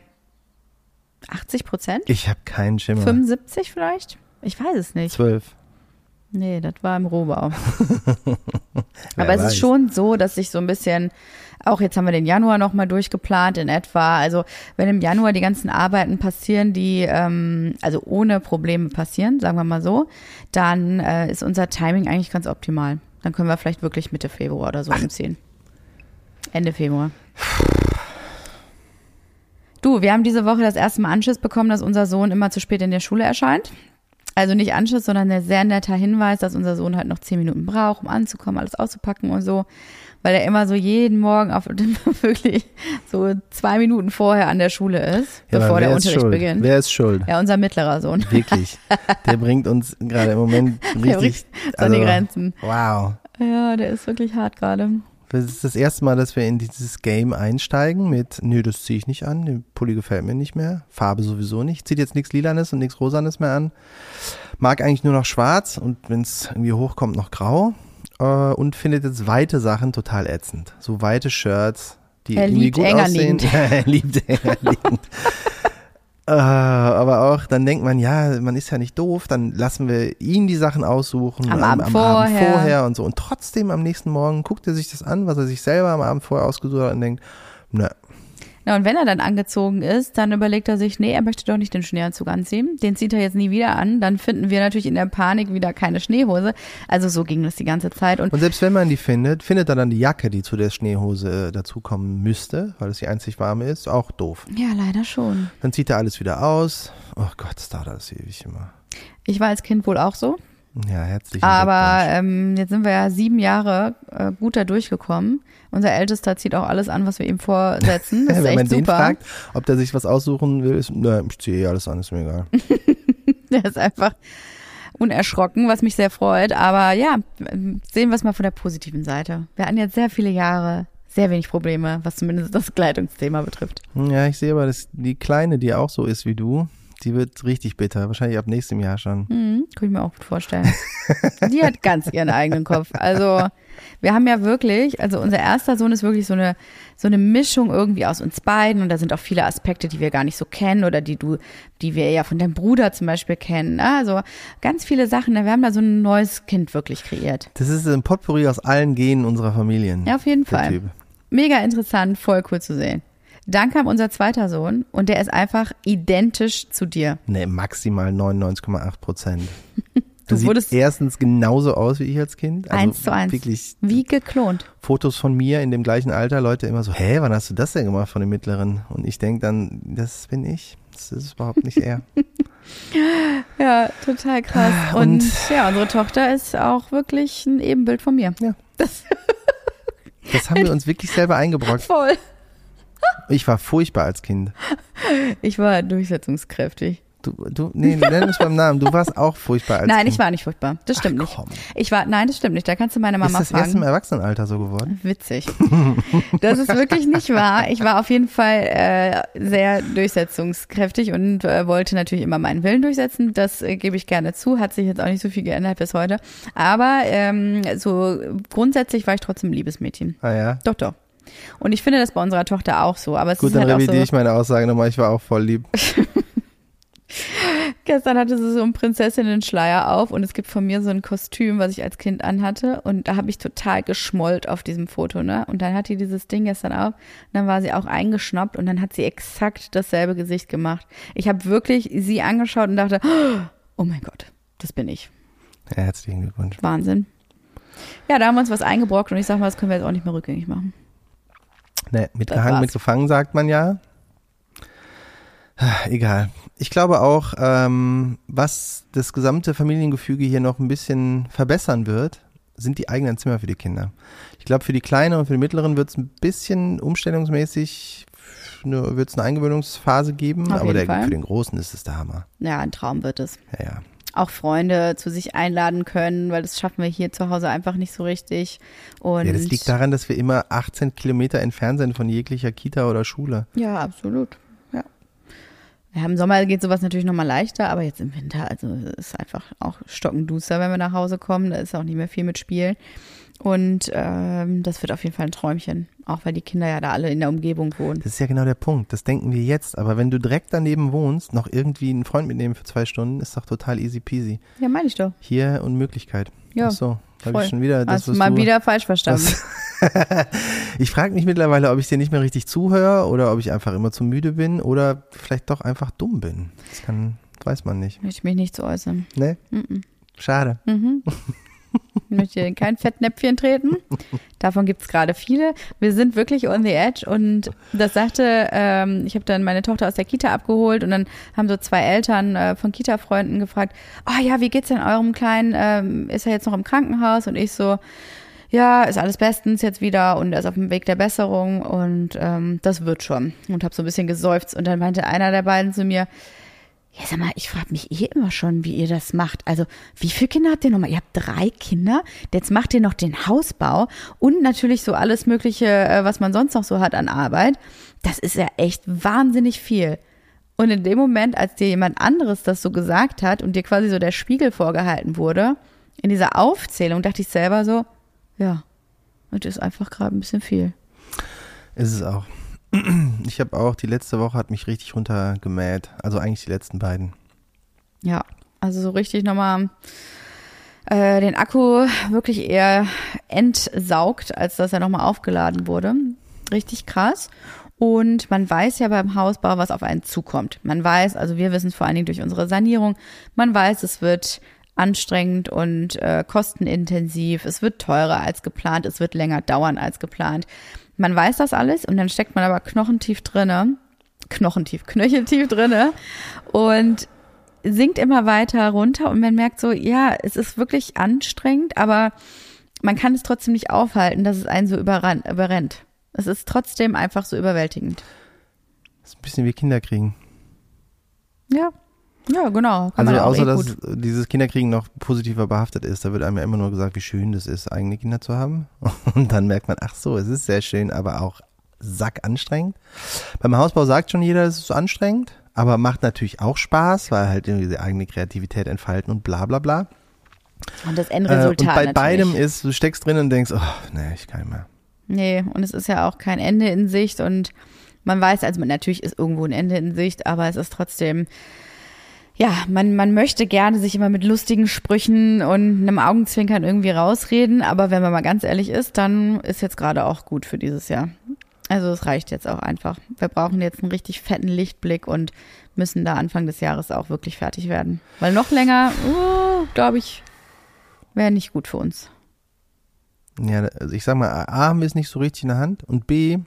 80%? Ich habe keinen Schimmer. 75 vielleicht? Ich weiß es nicht. 12. Nee, das war im Rohbau. Wer Aber es weiß. ist schon so, dass sich so ein bisschen, auch jetzt haben wir den Januar nochmal durchgeplant in etwa. Also wenn im Januar die ganzen Arbeiten passieren, die also ohne Probleme passieren, sagen wir mal so, dann ist unser Timing eigentlich ganz optimal. Dann können wir vielleicht wirklich Mitte Februar oder so umziehen. Ende Februar. Du, wir haben diese Woche das erste Mal Anschiss bekommen, dass unser Sohn immer zu spät in der Schule erscheint. Also nicht Anschiss, sondern ein sehr netter Hinweis, dass unser Sohn halt noch 10 Minuten braucht, um anzukommen, alles auszupacken und so. Weil er immer so jeden Morgen auf wirklich so 2 Minuten vorher an der Schule ist, Ja, bevor aber der wer ist Unterricht schuld? beginnt. Wer ist schuld? Ja, unser mittlerer Sohn. Wirklich. Der bringt uns gerade im Moment Der richtig bringt seine Grenzen. Wow. Ja, der ist wirklich hart gerade. Das ist das erste Mal, dass wir in dieses Game einsteigen mit, nö, das ziehe ich nicht an, der Pulli gefällt mir nicht mehr, Farbe sowieso nicht, zieht jetzt nichts Lilanes und nichts Rosanes mehr an, mag eigentlich nur noch schwarz und wenn es irgendwie hochkommt, noch grau und findet jetzt weite Sachen total ätzend. So weite Shirts, die irgendwie gut aussehen. Er liebt enger liegend. Aber auch, dann denkt man, ja, man ist ja nicht doof, dann lassen wir ihn die Sachen aussuchen. Am Abend vorher und so. Und trotzdem am nächsten Morgen guckt er sich das an, was er sich selber am Abend vorher ausgesucht hat und denkt, ne. Ja, und wenn er dann angezogen ist, dann überlegt er sich, nee, er möchte doch nicht den Schneeanzug anziehen. Den zieht er jetzt nie wieder an. Dann finden wir natürlich in der Panik wieder keine Schneehose. Also so ging das die ganze Zeit. Und selbst wenn man die findet er dann die Jacke, die zu der Schneehose dazukommen müsste, weil es die einzig warme ist, auch doof. Ja, leider schon. Dann zieht er alles wieder aus. Oh Gott, das dauert alles ewig immer. Ich war als Kind wohl auch so. Ja, herzlichen Aber jetzt sind wir ja 7 Jahre gut da durchgekommen. Unser Ältester zieht auch alles an, was wir ihm vorsetzen. Das ist wenn echt man super. Den fragt, ob der sich was aussuchen will, ist, ne, ich ziehe alles an, ist mir egal. Der ist einfach unerschrocken, was mich sehr freut. Aber ja, sehen wir es mal von der positiven Seite. Wir hatten jetzt sehr viele Jahre sehr wenig Probleme, was zumindest das Kleidungsthema betrifft. Ja, ich sehe aber, dass die Kleine, die auch so ist wie du, die wird richtig bitter. Wahrscheinlich ab nächstem Jahr schon. Kann ich mir auch gut vorstellen. Die hat ganz ihren eigenen Kopf. Also wir haben ja wirklich, also unser erster Sohn ist wirklich so eine Mischung irgendwie aus uns beiden. Und da sind auch viele Aspekte, die wir gar nicht so kennen oder die wir ja von deinem Bruder zum Beispiel kennen. Also ganz viele Sachen. Wir haben da so ein neues Kind wirklich kreiert. Das ist ein Potpourri aus allen Genen unserer Familien. Ja, auf jeden Fall. Typ. Mega interessant, voll cool zu sehen. Dann kam unser zweiter Sohn und der ist einfach identisch zu dir. Nee, maximal 99,8%. Du sieht erstens genauso aus wie ich als Kind. Also 1:1. Wirklich wie geklont. Fotos von mir in dem gleichen Alter, Leute immer so, hä, wann hast du das denn gemacht von dem Mittleren? Und ich denke dann, das bin ich. Das ist überhaupt nicht er. Ja, total krass. Und ja, unsere Tochter ist auch wirklich ein Ebenbild von mir. Ja. Das haben wir uns wirklich selber eingebrockt. Voll. Ich war furchtbar als Kind. Ich war durchsetzungskräftig. Nee, nenn es beim Namen. Du warst auch furchtbar als Kind. Nein, ich war nicht furchtbar. Das stimmt nicht. Nein, das stimmt nicht. Da kannst du meine Mama fragen. Ist das erst im Erwachsenenalter so geworden? Witzig. Das ist wirklich nicht wahr. Ich war auf jeden Fall sehr durchsetzungskräftig und wollte natürlich immer meinen Willen durchsetzen. Das gebe ich gerne zu. Hat sich jetzt auch nicht so viel geändert bis heute. Aber so grundsätzlich war ich trotzdem ein liebes Mädchen. Ah ja? Doch. Und ich finde das bei unserer Tochter auch so. Aber es gut, ist dann halt revidiere auch so, ich meine Aussage nochmal. Ich war auch voll lieb. Gestern hatte sie so einen Prinzessinnen-Schleier auf und es gibt von mir so ein Kostüm, was ich als Kind anhatte und da habe ich total geschmollt auf diesem Foto, ne? Und dann hat die dieses Ding gestern auf und dann war sie auch eingeschnappt und dann hat sie exakt dasselbe Gesicht gemacht. Ich habe wirklich sie angeschaut und dachte, oh mein Gott, das bin ich. Ja, herzlichen Glückwunsch. Wahnsinn. Ja, da haben wir uns was eingebrockt und ich sag mal, das können wir jetzt auch nicht mehr rückgängig machen. Ne, mitgehangen, mitgefangen, sagt man ja. Egal. Ich glaube auch, was das gesamte Familiengefüge hier noch ein bisschen verbessern wird, sind die eigenen Zimmer für die Kinder. Ich glaube, für die Kleine und für die Mittleren wird es ein bisschen umstellungsmäßig, wird es eine Eingewöhnungsphase geben, aber für den Großen ist es der Hammer. Ja, ein Traum wird es. Ja. Auch Freunde zu sich einladen können, weil das schaffen wir hier zu Hause einfach nicht so richtig. Und ja, das liegt daran, dass wir immer 18 Kilometer entfernt sind von jeglicher Kita oder Schule. Ja, absolut. Ja, im Sommer geht sowas natürlich nochmal leichter, aber jetzt im Winter, also es ist einfach auch stockenduster, wenn wir nach Hause kommen. Da ist auch nicht mehr viel mit Spielen. Und das wird auf jeden Fall ein Träumchen, auch weil die Kinder ja da alle in der Umgebung wohnen. Das ist ja genau der Punkt, das denken wir jetzt. Aber wenn du direkt daneben wohnst, noch irgendwie einen Freund mitnehmen für 2 Stunden, ist doch total easy peasy. Ja, meine ich doch. Hier Unmöglichkeit. Ja, ach so, habe ich schon wieder. Hast du mal wieder falsch verstanden. Ich frage mich mittlerweile, ob ich dir nicht mehr richtig zuhöre oder ob ich einfach immer zu müde bin oder vielleicht doch einfach dumm bin. Weiß man nicht. Möchte ich mich nicht zu äußern. Nee? Schade. Ich möchte in kein Fettnäpfchen treten. Davon gibt es gerade viele. Wir sind wirklich on the edge und das sagte, ich habe dann meine Tochter aus der Kita abgeholt und dann haben so 2 Eltern von Kita-Freunden gefragt, ja, wie geht's denn eurem Kleinen? Ist er jetzt noch im Krankenhaus? Und ich so, ja, ist alles bestens jetzt wieder und er ist auf dem Weg der Besserung und das wird schon. Und habe so ein bisschen geseufzt und dann meinte einer der beiden zu mir, Ja, sag mal, ich frage mich immer schon, wie ihr das macht. Also, wie viele Kinder habt ihr nochmal? Ihr habt 3 Kinder, jetzt macht ihr noch den Hausbau und natürlich so alles Mögliche, was man sonst noch so hat an Arbeit. Das ist ja echt wahnsinnig viel. Und in dem Moment, als dir jemand anderes das so gesagt hat und dir quasi so der Spiegel vorgehalten wurde, in dieser Aufzählung dachte ich selber so, ja, das ist einfach gerade ein bisschen viel. Ist es auch. Ich habe auch, die letzte Woche hat mich richtig runtergemäht. Also eigentlich die letzten beiden. Ja, also so richtig nochmal den Akku wirklich eher entsaugt, als dass er nochmal aufgeladen wurde. Richtig krass. Und man weiß ja beim Hausbau, was auf einen zukommt. Man weiß, also wir wissen es vor allen Dingen durch unsere Sanierung, man weiß, es wird anstrengend und kostenintensiv, es wird teurer als geplant, es wird länger dauern als geplant. Man weiß das alles und dann steckt man aber knocheltief drinne und sinkt immer weiter runter und man merkt so, ja, es ist wirklich anstrengend, aber man kann es trotzdem nicht aufhalten, dass es einen so überrennt. Es ist trotzdem einfach so überwältigend. Das ist ein bisschen wie Kinder kriegen. Ja, genau. Kann also außer, dass dieses Kinderkriegen noch positiver behaftet ist, da wird einem ja immer nur gesagt, wie schön das ist, eigene Kinder zu haben. Und dann merkt man, ach so, es ist sehr schön, aber auch sackanstrengend. Beim Hausbau sagt schon jeder, es ist so anstrengend, aber macht natürlich auch Spaß, weil halt irgendwie die eigene Kreativität entfalten und bla bla bla. Und das Endresultat und bei natürlich. Beidem ist, du steckst drin und denkst, oh, nee, ich kann nicht mehr. Nee, und es ist ja auch kein Ende in Sicht und man weiß, also natürlich ist irgendwo ein Ende in Sicht, aber es ist trotzdem, ja, man möchte gerne sich immer mit lustigen Sprüchen und einem Augenzwinkern irgendwie rausreden, aber wenn man mal ganz ehrlich ist, dann ist jetzt gerade auch gut für dieses Jahr. Also es reicht jetzt auch einfach. Wir brauchen jetzt einen richtig fetten Lichtblick und müssen da Anfang des Jahres auch wirklich fertig werden. Weil noch länger, glaube ich, wäre nicht gut für uns. Ja, also ich sag mal, A, haben wir es nicht so richtig in der Hand und B,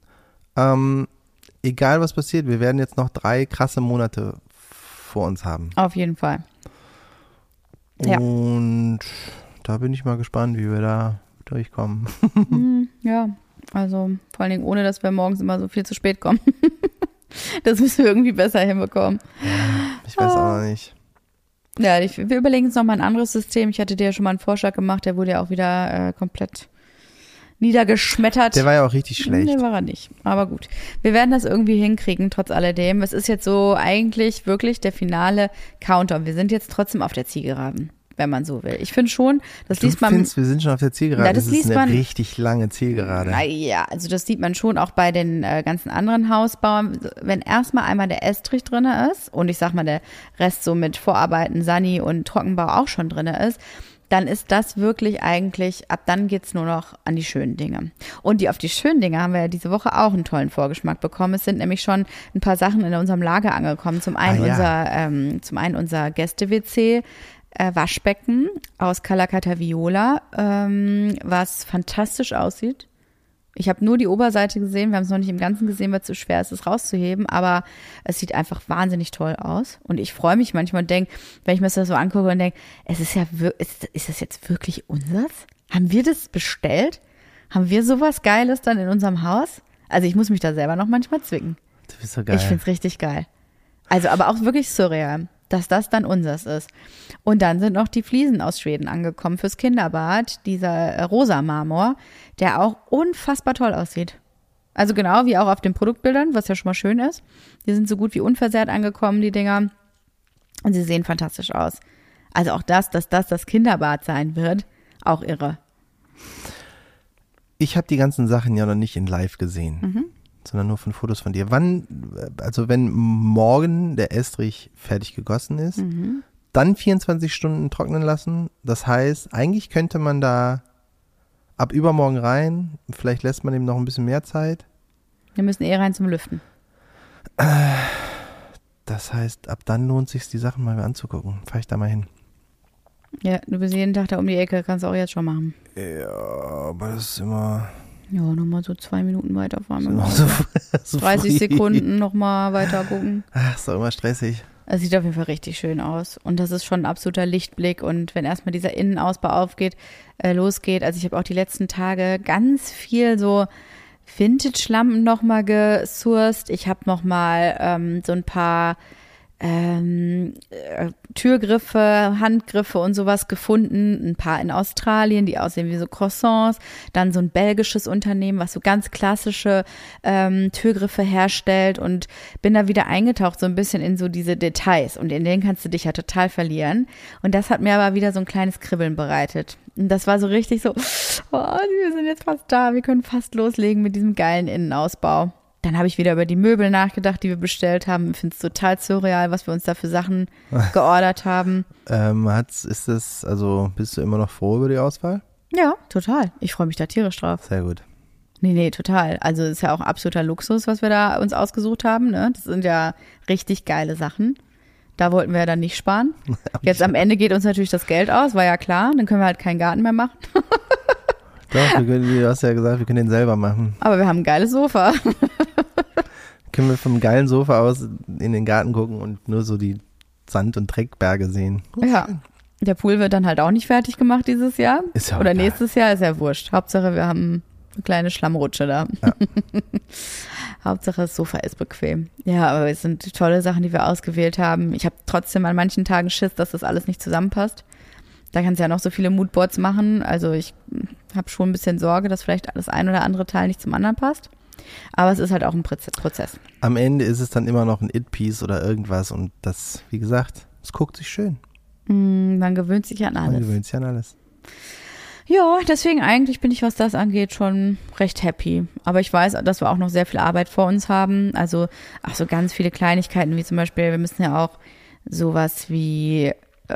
egal was passiert, wir werden jetzt noch 3 krasse Monate vor uns haben. Auf jeden Fall. Ja. Und da bin ich mal gespannt, wie wir da durchkommen. Ja, also vor allen Dingen ohne, dass wir morgens immer so viel zu spät kommen. Das müssen wir irgendwie besser hinbekommen. Ich weiß auch noch nicht. Ja, wir überlegen uns nochmal ein anderes System. Ich hatte dir ja schon mal einen Vorschlag gemacht, der wurde ja auch wieder komplett niedergeschmettert. Der war ja auch richtig schlecht. Nee, war er nicht. Aber gut. Wir werden das irgendwie hinkriegen, trotz alledem. Es ist jetzt so eigentlich wirklich der finale Counter. Wir sind jetzt trotzdem auf der Zielgeraden, wenn man so will. Ich finde schon, das liest man. Du findest, wir sind schon auf der Zielgerade? Ja, das ist eine richtig lange Zielgerade. Ja, also das sieht man schon auch bei den ganzen anderen Hausbauern. Wenn erstmal einmal der Estrich drinne ist und ich sag mal der Rest so mit Vorarbeiten, Sani und Trockenbau auch schon drinne ist, dann ist das wirklich eigentlich, ab dann geht's nur noch an die schönen Dinge. Und auf die schönen Dinge haben wir ja diese Woche auch einen tollen Vorgeschmack bekommen. Es sind nämlich schon ein paar Sachen in unserem Lager angekommen. Zum einen unser Gäste-WC, Waschbecken aus Calacata Viola, was fantastisch aussieht. Ich habe nur die Oberseite gesehen, wir haben es noch nicht im Ganzen gesehen, weil es so schwer ist, es rauszuheben, aber es sieht einfach wahnsinnig toll aus. Und ich freue mich manchmal und denke, wenn ich mir das so angucke und denke, ist das jetzt wirklich unseres? Haben wir das bestellt? Haben wir sowas Geiles dann in unserem Haus? Also ich muss mich da selber noch manchmal zwicken. Du bist so geil. Ich finde es richtig geil. Also aber auch wirklich surreal, dass das dann unseres ist. Und dann sind noch die Fliesen aus Schweden angekommen fürs Kinderbad, dieser rosa Marmor, der auch unfassbar toll aussieht. Also genau wie auch auf den Produktbildern, was ja schon mal schön ist. Die sind so gut wie unversehrt angekommen, die Dinger. Und sie sehen fantastisch aus. Also auch dass das Kinderbad sein wird, auch irre. Ich habe die ganzen Sachen ja noch nicht in live gesehen. Sondern nur von Fotos von dir. Wenn morgen der Estrich fertig gegossen ist, dann 24 Stunden trocknen lassen. Das heißt, eigentlich könnte man da ab übermorgen rein, vielleicht lässt man ihm noch ein bisschen mehr Zeit. Wir müssen rein zum Lüften. Das heißt, ab dann lohnt es sich, die Sachen mal anzugucken. Fahr ich da mal hin. Ja, du bist jeden Tag da um die Ecke, kannst du auch jetzt schon machen. Ja, aber das ist immer... Ja, nochmal so 2 Minuten weiterfahren. So 30 Sekunden nochmal weiter gucken. Ach, ist doch immer stressig. Es sieht auf jeden Fall richtig schön aus. Und das ist schon ein absoluter Lichtblick. Und wenn erstmal dieser Innenausbau losgeht, also ich habe auch die letzten Tage ganz viel so Vintage-Lampen nochmal gesourced. Ich habe nochmal so ein paar Türgriffe, Handgriffe und sowas gefunden, ein paar in Australien, die aussehen wie so Croissants, dann so ein belgisches Unternehmen, was so ganz klassische Türgriffe herstellt und bin da wieder eingetaucht so ein bisschen in so diese Details und in denen kannst du dich ja total verlieren und das hat mir aber wieder so ein kleines Kribbeln bereitet und das war so richtig so, wir sind jetzt fast da, wir können fast loslegen mit diesem geilen Innenausbau. Dann habe ich wieder über die Möbel nachgedacht, die wir bestellt haben. Ich finde es total surreal, was wir uns da für Sachen geordert haben. Bist du immer noch froh über die Auswahl? Ja, total. Ich freue mich da tierisch drauf. Sehr gut. Nee, total. Also ist ja auch absoluter Luxus, was wir da uns ausgesucht haben. Ne? Das sind ja richtig geile Sachen. Da wollten wir ja dann nicht sparen. Jetzt am Ende geht uns natürlich das Geld aus, war ja klar. Dann können wir halt keinen Garten mehr machen. Doch, du hast ja gesagt, wir können den selber machen. Aber wir haben ein geiles Sofa. Können wir vom geilen Sofa aus in den Garten gucken und nur so die Sand- und Dreckberge sehen. Ja, der Pool wird dann halt auch nicht fertig gemacht dieses Jahr. Ist ja oder egal. Nächstes Jahr, ist ja wurscht. Hauptsache, wir haben eine kleine Schlammrutsche da. Ja. Hauptsache, das Sofa ist bequem. Ja, aber es sind tolle Sachen, die wir ausgewählt haben. Ich habe trotzdem an manchen Tagen Schiss, dass das alles nicht zusammenpasst. Da kannst du ja noch so viele Moodboards machen. Also ich habe schon ein bisschen Sorge, dass vielleicht das ein oder andere Teil nicht zum anderen passt. Aber es ist halt auch ein Prozess. Am Ende ist es dann immer noch ein It-Piece oder irgendwas und das, wie gesagt, es guckt sich schön. Man gewöhnt sich an alles. Ja, deswegen eigentlich bin ich, was das angeht, schon recht happy. Aber ich weiß, dass wir auch noch sehr viel Arbeit vor uns haben. Also auch so ganz viele Kleinigkeiten, wie zum Beispiel, wir müssen ja auch sowas wie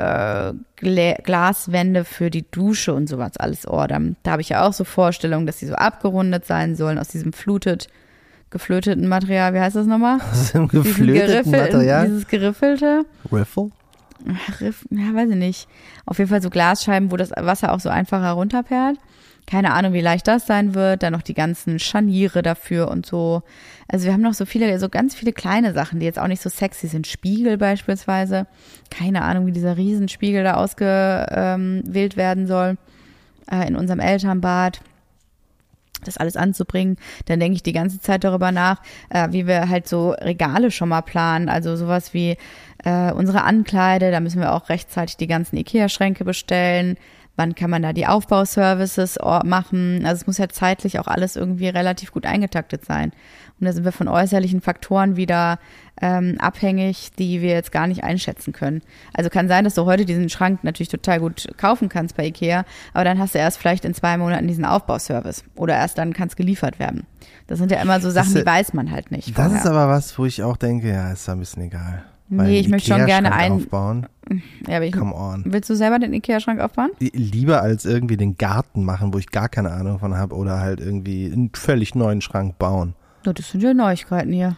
Glaswände für die Dusche und sowas alles ordern. Da habe ich ja auch so Vorstellungen, dass die so abgerundet sein sollen aus diesem geflöteten Material. Wie heißt das nochmal? Aus dem geflöteten Material? Dieses geriffelte. Riffle? Ja, weiß ich nicht. Auf jeden Fall so Glasscheiben, wo das Wasser auch so einfach herunterperlt. Keine Ahnung, wie leicht das sein wird. Dann noch die ganzen Scharniere dafür und so. Also wir haben noch so ganz viele kleine Sachen, die jetzt auch nicht so sexy sind. Spiegel beispielsweise. Keine Ahnung, wie dieser Riesenspiegel da ausgewählt werden soll in unserem Elternbad. Das alles anzubringen. Dann denke ich die ganze Zeit darüber nach, wie wir halt so Regale schon mal planen. Also sowas wie unsere Ankleide. Da müssen wir auch rechtzeitig die ganzen Ikea-Schränke bestellen. Wann kann man da die Aufbauservices machen? Also es muss ja zeitlich auch alles irgendwie relativ gut eingetaktet sein. Und da sind wir von äußerlichen Faktoren wieder abhängig, die wir jetzt gar nicht einschätzen können. Also kann sein, dass du heute diesen Schrank natürlich total gut kaufen kannst bei Ikea, aber dann hast du erst vielleicht in 2 Monaten diesen Aufbauservice oder erst dann kann es geliefert werden. Das sind ja immer so Sachen, die weiß man halt nicht. Das ist aber was, wo ich auch denke, ja, ist ein bisschen egal. Nee, ich möchte schon gerne aufbauen. Ja, aber Come on. Willst du selber den Ikea-Schrank aufbauen? Lieber als irgendwie den Garten machen, wo ich gar keine Ahnung von habe oder halt irgendwie einen völlig neuen Schrank bauen. Ja, das sind ja Neuigkeiten hier.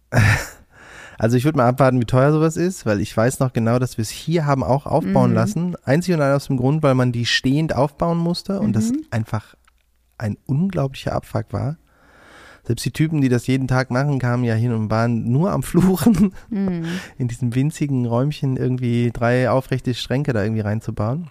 Also ich würde mal abwarten, wie teuer sowas ist, weil ich weiß noch genau, dass wir es hier haben auch aufbauen lassen. Einzig und allein aus dem Grund, weil man die stehend aufbauen musste und das einfach ein unglaublicher Abfuck war. Selbst die Typen, die das jeden Tag machen, kamen ja hin und waren nur am Fluchen, in diesem winzigen Räumchen irgendwie 3 aufrechte Schränke da irgendwie reinzubauen.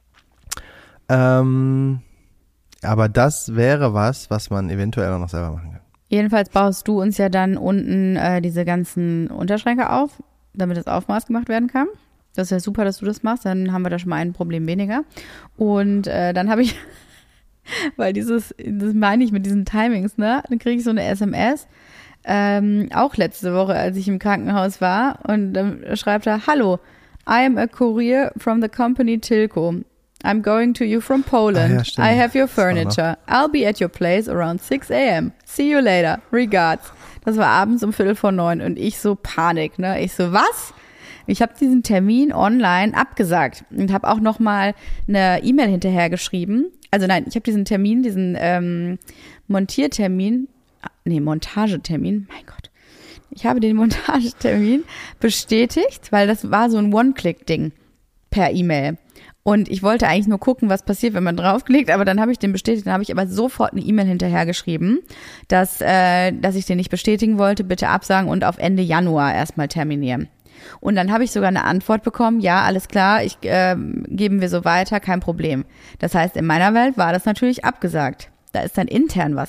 Aber das wäre was man eventuell auch noch selber machen kann. Jedenfalls baust du uns ja dann unten diese ganzen Unterschränke auf, damit das Aufmaß gemacht werden kann. Das ist ja super, dass du das machst, dann haben wir da schon mal ein Problem weniger. Und dann habe ich, weil das meine ich mit diesen Timings, ne? Dann kriege ich so eine SMS, auch letzte Woche, als ich im Krankenhaus war. Und dann schreibt er, Hallo, I am a courier from the company Tilco. I'm going to you from Poland. Ja, I have your furniture. I'll be at your place around 6 a.m. See you later. Regards. Das war abends um 8:45 und ich so Panik, ne? Ich so, was? Ich habe diesen Termin online abgesagt und habe auch nochmal eine E-Mail hinterher geschrieben. Also nein, ich habe diesen Montagetermin, mein Gott. Ich habe den Montagetermin bestätigt, weil das war so ein One-Click-Ding per E-Mail. Und ich wollte eigentlich nur gucken, was passiert, wenn man draufklickt, aber dann habe ich den bestätigt, dann habe ich aber sofort eine E-Mail hinterhergeschrieben, dass ich den nicht bestätigen wollte, bitte absagen und auf Ende Januar erstmal terminieren. Und dann habe ich sogar eine Antwort bekommen, ja, alles klar, geben wir so weiter, kein Problem. Das heißt, in meiner Welt war das natürlich abgesagt. Da ist dann intern was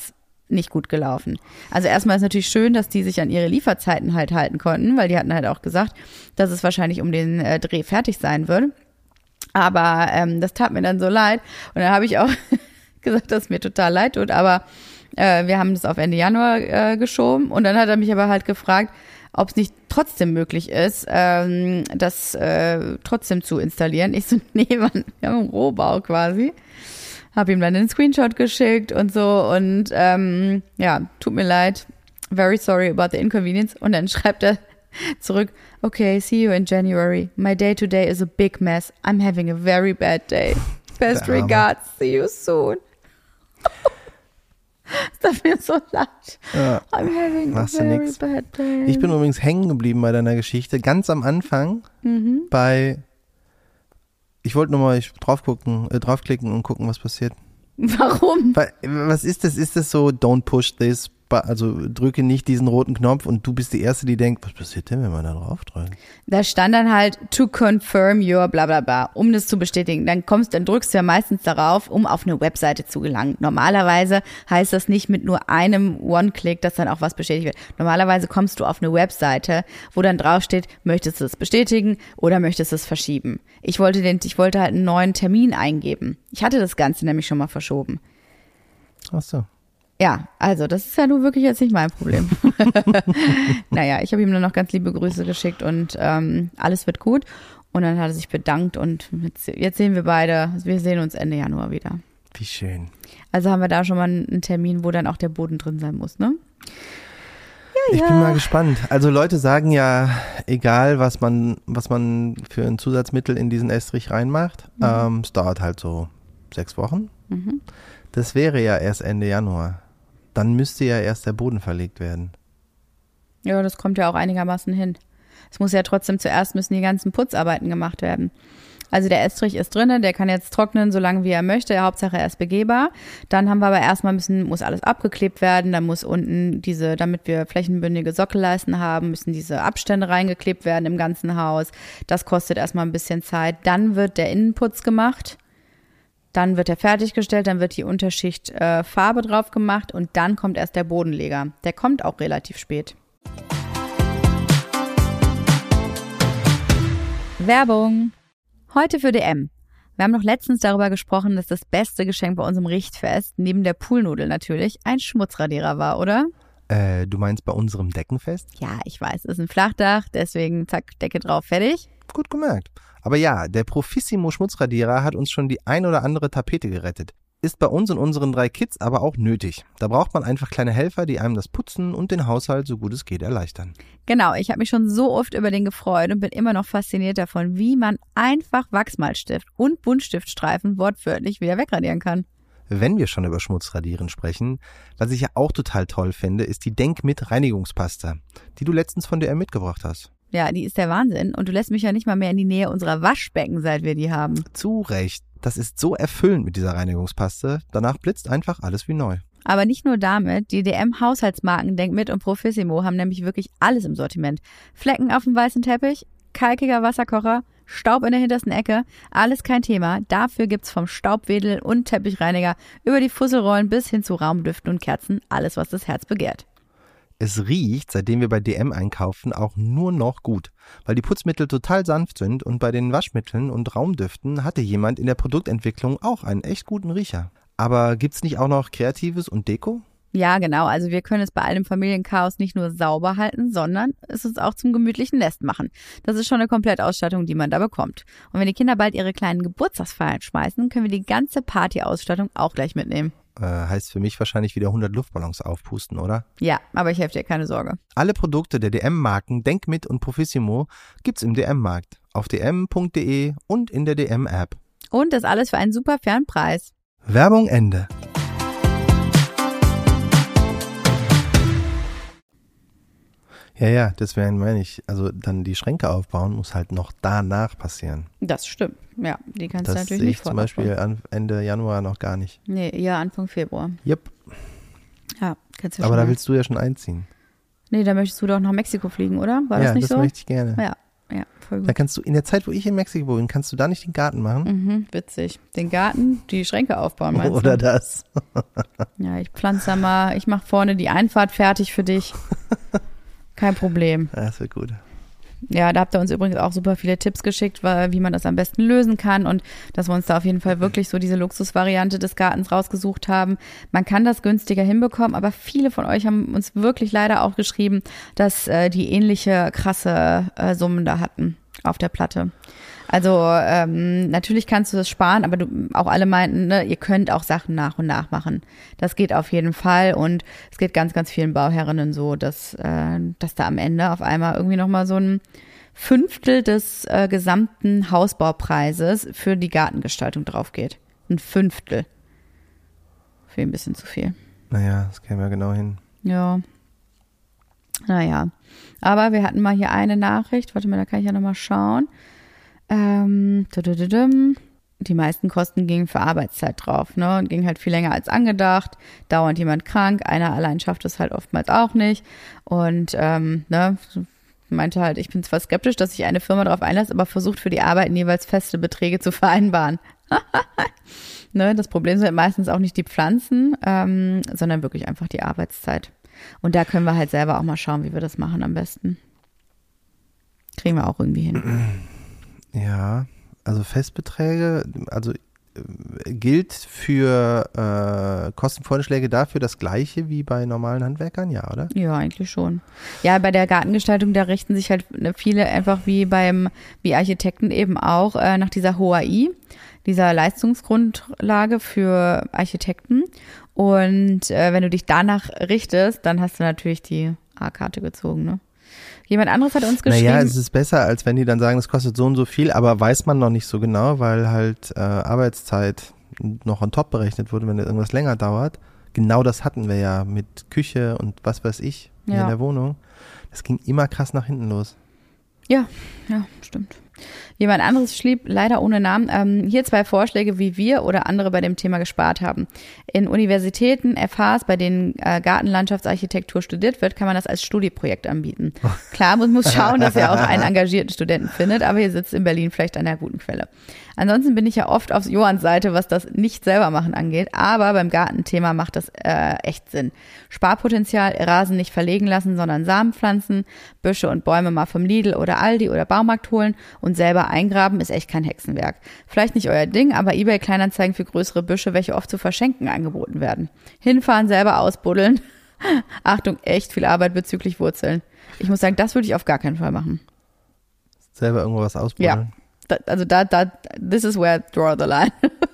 nicht gut gelaufen. Also erstmal ist natürlich schön, dass die sich an ihre Lieferzeiten halt halten konnten, weil die hatten halt auch gesagt, dass es wahrscheinlich um den Dreh fertig sein wird. Aber das tat mir dann so leid. Und dann habe ich auch gesagt, dass es mir total leid tut. Aber wir haben das auf Ende Januar geschoben. Und dann hat er mich aber halt gefragt, ob es nicht trotzdem möglich ist, das trotzdem zu installieren. Ich so, nee, Mann, wir haben einen Rohbau quasi. Habe ihm dann einen Screenshot geschickt und so. Und ja, tut mir leid. Very sorry about the inconvenience. Und dann schreibt er zurück, okay, see you in January. My day today is a big mess. I'm having a very bad day. Best regards. See you soon. Das tut mir so leid. Ja, I'm having a very bad day. Ich bin übrigens hängen geblieben bei deiner Geschichte. Ganz am Anfang bei, ich wollte nur mal draufklicken und gucken, was passiert. Warum? Was ist das? Ist das so, don't push this, also drücke nicht diesen roten Knopf und du bist die Erste, die denkt, was passiert denn, wenn man da drauf drückt? Da stand dann halt to confirm your bla bla bla, um das zu bestätigen. Dann drückst du ja meistens darauf, um auf eine Webseite zu gelangen. Normalerweise heißt das nicht mit nur einem One-Click, dass dann auch was bestätigt wird. Normalerweise kommst du auf eine Webseite, wo dann draufsteht, möchtest du es bestätigen oder möchtest du es verschieben? Ich wollte halt einen neuen Termin eingeben. Ich hatte das Ganze nämlich schon mal verschoben. Ach so. Ja, also das ist ja nun wirklich jetzt nicht mein Problem. Naja, ich habe ihm dann noch ganz liebe Grüße geschickt und alles wird gut. Und dann hat er sich bedankt und jetzt sehen wir beide, wir sehen uns Ende Januar wieder. Wie schön. Also haben wir da schon mal einen Termin, wo dann auch der Boden drin sein muss, ne? Ich bin mal gespannt. Also Leute sagen ja, egal was man für ein Zusatzmittel in diesen Estrich reinmacht, es dauert halt so 6 Wochen. Mhm. Das wäre ja erst Ende Januar. Dann müsste ja erst der Boden verlegt werden. Ja, das kommt ja auch einigermaßen hin. Es muss ja trotzdem müssen die ganzen Putzarbeiten gemacht werden. Also der Estrich ist drin, der kann jetzt trocknen, solange wie er möchte. Hauptsache er ist begehbar. Dann haben wir aber erstmal muss alles abgeklebt werden. Dann muss unten damit wir flächenbündige Sockelleisten haben, müssen diese Abstände reingeklebt werden im ganzen Haus. Das kostet erstmal ein bisschen Zeit. Dann wird der Innenputz gemacht. Dann wird er fertiggestellt, dann wird die Unterschicht Farbe drauf gemacht und dann kommt erst der Bodenleger. Der kommt auch relativ spät. Werbung. Heute für DM. Wir haben noch letztens darüber gesprochen, dass das beste Geschenk bei unserem Richtfest, neben der Poolnudel natürlich, ein Schmutzradierer war, oder? Du meinst bei unserem Deckenfest? Ja, ich weiß, ist ein Flachdach, deswegen zack, Decke drauf, fertig. Gut gemerkt. Aber ja, der Profissimo Schmutzradierer hat uns schon die ein oder andere Tapete gerettet. Ist bei uns und unseren 3 Kids aber auch nötig. Da braucht man einfach kleine Helfer, die einem das Putzen und den Haushalt so gut es geht erleichtern. Genau, ich habe mich schon so oft über den gefreut und bin immer noch fasziniert davon, wie man einfach Wachsmalstift und Buntstiftstreifen wortwörtlich wieder wegradieren kann. Wenn wir schon über Schmutzradieren sprechen, was ich ja auch total toll finde, ist die Denk-Mit Reinigungspasta, die du letztens von DM mitgebracht hast. Ja, die ist der Wahnsinn und du lässt mich ja nicht mal mehr in die Nähe unserer Waschbecken, seit wir die haben. Zu Recht. Das ist so erfüllend mit dieser Reinigungspaste. Danach blitzt einfach alles wie neu. Aber nicht nur damit, die DM-Haushaltsmarken Denk-Mit und Profissimo haben nämlich wirklich alles im Sortiment. Flecken auf dem weißen Teppich, kalkiger Wasserkocher, Staub in der hintersten Ecke, alles kein Thema. Dafür gibt's vom Staubwedel und Teppichreiniger über die Fusselrollen bis hin zu Raumdüften und Kerzen alles, was das Herz begehrt. Es riecht, seitdem wir bei DM einkaufen, auch nur noch gut, weil die Putzmittel total sanft sind und bei den Waschmitteln und Raumdüften hatte jemand in der Produktentwicklung auch einen echt guten Riecher. Aber gibt's nicht auch noch Kreatives und Deko? Ja, genau. Also wir können es bei all dem Familienchaos nicht nur sauber halten, sondern es uns auch zum gemütlichen Nest machen. Das ist schon eine Komplettausstattung, die man da bekommt. Und wenn die Kinder bald ihre kleinen Geburtstagsfeiern schmeißen, können wir die ganze Partyausstattung auch gleich mitnehmen. Heißt für mich wahrscheinlich wieder 100 Luftballons aufpusten, oder? Ja, aber ich helfe dir, keine Sorge. Alle Produkte der DM-Marken Denk-Mit und Profissimo gibt's im DM-Markt, auf dm.de und in der DM-App. Und das alles für einen super fairen Preis. Werbung Ende. Ja, deswegen meine ich, also dann die Schränke aufbauen muss halt noch danach passieren. Das stimmt, ja, die kannst du Das natürlich sehe nicht ich zum Beispiel Ende Januar noch gar nicht. Nee, eher Anfang Februar. Yep. Ja, kannst du Aber schon da mal. willst du ja schon einziehen. Nee, da möchtest du doch nach Mexiko fliegen, oder? War das nicht so? Ja, das möchte ich gerne. Ja, Ja, voll gut. Da kannst du, in der Zeit, wo ich in Mexiko bin, kannst du da nicht den Garten machen? Witzig. Den Garten, die Schränke aufbauen, meinst du? Oder das. Ja, ich pflanze da mal, ich mache vorne die Einfahrt fertig für dich. Kein Problem. Ja, das wird gut. Ja, da habt ihr uns übrigens auch super viele Tipps geschickt, wie man das am besten lösen kann und dass wir uns da auf jeden Fall wirklich so diese Luxusvariante des Gartens rausgesucht haben. Man kann das günstiger hinbekommen, aber viele von euch haben uns wirklich leider auch geschrieben, dass die ähnliche krasse Summen da hatten auf der Platte. Also natürlich kannst du das sparen, aber auch alle meinten, ne, ihr könnt auch Sachen nach und nach machen. Das geht auf jeden Fall und es geht ganz, ganz vielen Bauherrinnen so, dass da am Ende auf einmal irgendwie nochmal so ein Fünftel des gesamten Hausbaupreises für die Gartengestaltung drauf geht. Ein Fünftel. Für ein bisschen zu viel. Naja, das käme ja genau hin. Ja. Naja. Aber wir hatten mal hier eine Nachricht. Warte mal, da kann ich ja nochmal schauen. Die meisten Kosten gingen für Arbeitszeit drauf, ne? Und ging halt viel länger als angedacht. Dauernd jemand krank, einer allein schafft es halt oftmals auch nicht. Und ne, meinte halt, ich bin zwar skeptisch, dass sich eine Firma darauf einlässt, aber versucht für die Arbeiten jeweils feste Beträge zu vereinbaren. Ne, das Problem sind halt meistens auch nicht die Pflanzen, sondern wirklich einfach die Arbeitszeit. Und da können wir halt selber auch mal schauen, wie wir das machen am besten. Kriegen wir auch irgendwie hin. Ja, also Festbeträge, also gilt für Kostenvorschläge dafür das Gleiche wie bei normalen Handwerkern, ja, oder? Ja, eigentlich schon. Ja, bei der Gartengestaltung, da richten sich halt viele einfach wie Architekten eben auch nach dieser HOAI, dieser Leistungsgrundlage für Architekten. Und wenn du dich danach richtest, dann hast du natürlich die A-Karte gezogen, ne? Jemand anderes hat uns geschrieben. Naja, es ist besser, als wenn die dann sagen, es kostet so und so viel, aber weiß man noch nicht so genau, weil halt Arbeitszeit noch on top berechnet wurde, wenn irgendwas länger dauert. Genau das hatten wir ja mit Küche und was weiß ich hier in der Wohnung. Das ging immer krass nach hinten los. Ja, stimmt. Jemand anderes schrieb, leider ohne Namen, hier 2 Vorschläge, wie wir oder andere bei dem Thema gespart haben. In Universitäten, FHs, bei denen Gartenlandschaftsarchitektur studiert wird, kann man das als Studieprojekt anbieten. Klar, man muss schauen, dass ihr auch einen engagierten Studenten findet, aber ihr sitzt in Berlin vielleicht an einer guten Quelle. Ansonsten bin ich ja oft auf Johans Seite, was das nicht selber machen angeht, aber beim Gartenthema macht das echt Sinn. Sparpotenzial, Rasen nicht verlegen lassen, sondern Samen pflanzen, Büsche und Bäume mal vom Lidl oder Aldi oder Baumarkt holen und selber eingraben ist echt kein Hexenwerk. Vielleicht nicht euer Ding, aber eBay Kleinanzeigen für größere Büsche, welche oft zu verschenken angeboten werden. Hinfahren, selber ausbuddeln. Achtung, echt viel Arbeit bezüglich Wurzeln. Ich muss sagen, das würde ich auf gar keinen Fall machen. Selber irgendwo was ausbuddeln? Ja, this is where I draw the line.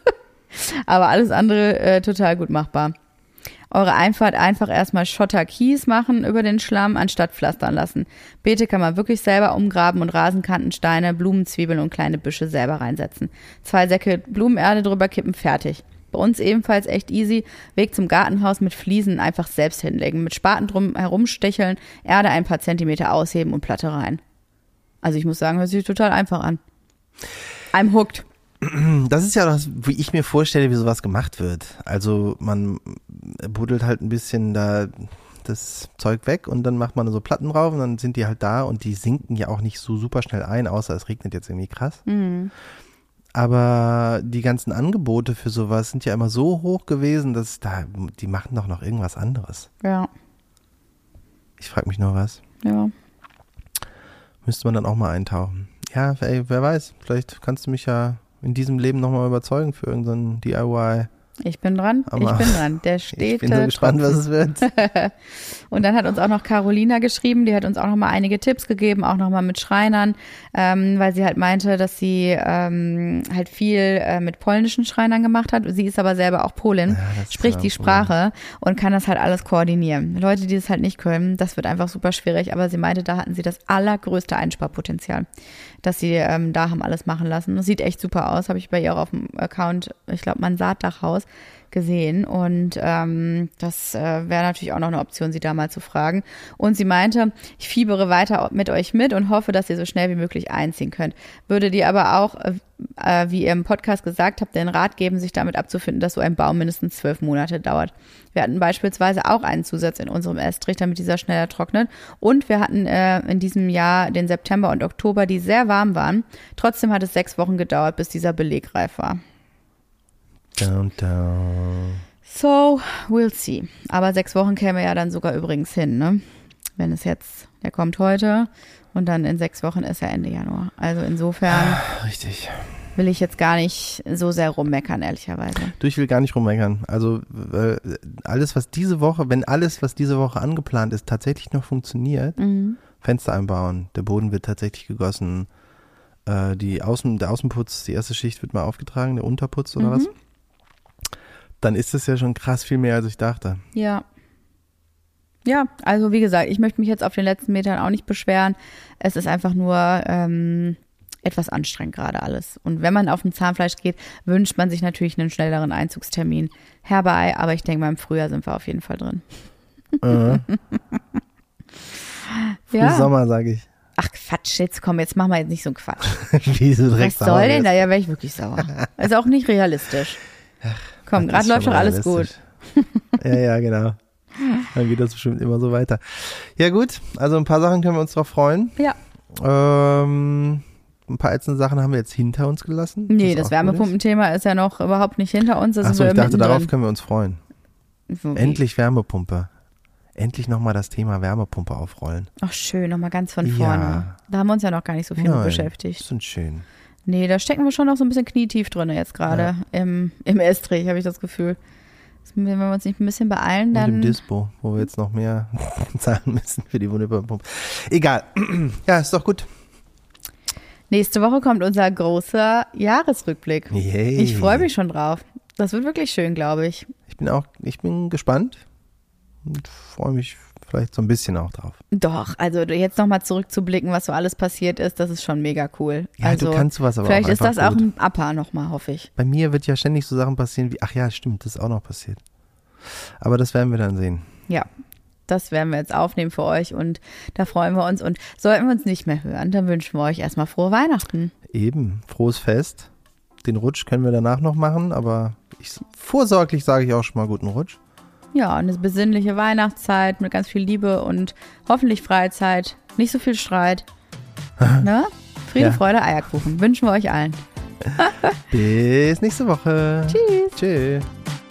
Aber alles andere total gut machbar. Eure Einfahrt einfach erstmal Schotter-Kies machen über den Schlamm, anstatt pflastern lassen. Beete kann man wirklich selber umgraben und Rasenkanten, Steine, Blumen, Zwiebeln und kleine Büsche selber reinsetzen. 2 Säcke Blumenerde drüber kippen, fertig. Bei uns ebenfalls echt easy. Weg zum Gartenhaus mit Fliesen einfach selbst hinlegen. Mit Spaten drum herumsticheln, Erde ein paar Zentimeter ausheben und Platte rein. Also ich muss sagen, hört sich total einfach an. I'm hooked. Das ist ja das, wie ich mir vorstelle, wie sowas gemacht wird. Also man buddelt halt ein bisschen da das Zeug weg und dann macht man so Platten drauf und dann sind die halt da und die sinken ja auch nicht so super schnell ein, außer es regnet jetzt irgendwie krass. Mhm. Aber die ganzen Angebote für sowas sind ja immer so hoch gewesen, dass die machen doch noch irgendwas anderes. Ja. Ich frage mich nur was. Ja. Müsste man dann auch mal eintauchen. Ja, ey, wer weiß, vielleicht kannst du mich ja in diesem Leben nochmal überzeugen für irgendeinen DIY. Ich bin dran. Der steht. Ich bin so gespannt, was es wird. Und dann hat uns auch noch Carolina geschrieben, die hat uns auch noch mal einige Tipps gegeben, auch noch mal mit Schreinern, weil sie halt meinte, dass sie halt viel mit polnischen Schreinern gemacht hat. Sie ist aber selber auch Polin, spricht die Sprache und kann das halt alles koordinieren. Leute, die das halt nicht können, das wird einfach super schwierig, aber sie meinte, da hatten sie das allergrößte Einsparpotenzial, dass sie da haben alles machen lassen. Das sieht echt super aus, habe ich bei ihr auch auf dem Account, ich glaube, Mansarddachhaus, aus gesehen. Und das wäre natürlich auch noch eine Option, sie da mal zu fragen. Und sie meinte, ich fiebere weiter mit euch mit und hoffe, dass ihr so schnell wie möglich einziehen könnt. Würde dir aber auch, wie ihr im Podcast gesagt habt, den Rat geben, sich damit abzufinden, dass so ein Bau mindestens 12 Monate dauert. Wir hatten beispielsweise auch einen Zusatz in unserem Estrich, damit dieser schneller trocknet. Und wir hatten in diesem Jahr den September und Oktober, die sehr warm waren. Trotzdem hat es 6 Wochen gedauert, bis dieser Beleg reif war. Down, down. So, we'll see. Aber 6 Wochen käme ja dann sogar übrigens hin, ne? Wenn es jetzt, der kommt heute und dann in 6 Wochen ist ja Ende Januar. Also insofern Richtig. will ich jetzt gar nicht so sehr rummeckern, ehrlicherweise. Du, ich will gar nicht rummeckern. Also alles, was diese Woche angeplant ist, tatsächlich noch funktioniert, Fenster einbauen, der Boden wird tatsächlich gegossen, der Außenputz, die erste Schicht wird mal aufgetragen, der Unterputz oder was, dann ist das ja schon krass viel mehr, als ich dachte. Ja. Ja, also wie gesagt, ich möchte mich jetzt auf den letzten Metern auch nicht beschweren. Es ist einfach nur etwas anstrengend gerade alles. Und wenn man auf dem Zahnfleisch geht, wünscht man sich natürlich einen schnelleren Einzugstermin herbei. Aber ich denke mal, im Frühjahr sind wir auf jeden Fall drin. Ja. Sommer, sage ich. Ach Quatsch, jetzt machen wir jetzt nicht so einen Quatsch. Wieso direkt was soll denn da? Ja, wäre ich wirklich sauer. Ist auch nicht realistisch. Komm, gerade läuft doch alles gut. Ja, genau. Dann geht das bestimmt immer so weiter. Ja gut, also ein paar Sachen können wir uns drauf freuen. Ja. Ein paar ätzende Sachen haben wir jetzt hinter uns gelassen. Nee, das Wärmepumpenthema ist ja noch überhaupt nicht hinter uns. Achso, ich dachte, darauf können wir uns freuen. Okay. Endlich Wärmepumpe. Endlich nochmal das Thema Wärmepumpe aufrollen. Ach schön, nochmal ganz von vorne. Ja. Da haben wir uns ja noch gar nicht so viel mit beschäftigt. Das sind schön. Nee, da stecken wir schon noch so ein bisschen knietief drin jetzt gerade im Estrich, habe ich das Gefühl. Wenn wir uns nicht ein bisschen beeilen, dann... Und im Dispo, wo wir jetzt noch mehr zahlen müssen für die Wunderpumpe. Egal. Ja, ist doch gut. Nächste Woche kommt unser großer Jahresrückblick. Yay. Ich freue mich schon drauf. Das wird wirklich schön, glaube ich. Ich bin gespannt und freue mich vielleicht so ein bisschen auch drauf. Doch, also jetzt nochmal zurückzublicken, was so alles passiert ist, das ist schon mega cool. Ja, also, du kannst sowas aber vielleicht auch ist das gut. auch ein Upper nochmal, hoffe ich. Bei mir wird ja ständig so Sachen passieren wie, ach ja, stimmt, das ist auch noch passiert. Aber das werden wir dann sehen. Ja, das werden wir jetzt aufnehmen für euch und da freuen wir uns. Und sollten wir uns nicht mehr hören, dann wünschen wir euch erstmal frohe Weihnachten. Eben, frohes Fest. Den Rutsch können wir danach noch machen, aber vorsorglich sage ich auch schon mal guten Rutsch. Ja, eine besinnliche Weihnachtszeit mit ganz viel Liebe und hoffentlich Freizeit. Nicht so viel Streit. Ne? Friede, Freude, Eierkuchen. Wünschen wir euch allen. Bis nächste Woche. Tschüss. Tschüss.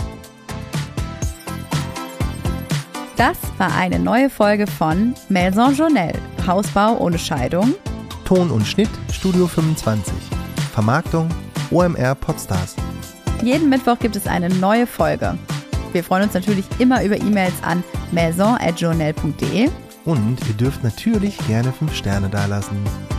Das war eine neue Folge von Maison Journelle. Hausbau ohne Scheidung. Ton und Schnitt Studio 25. Vermarktung OMR Podstars. Jeden Mittwoch gibt es eine neue Folge. Wir freuen uns natürlich immer über E-Mails an maison@journelle.de. Und ihr dürft natürlich gerne 5 Sterne dalassen.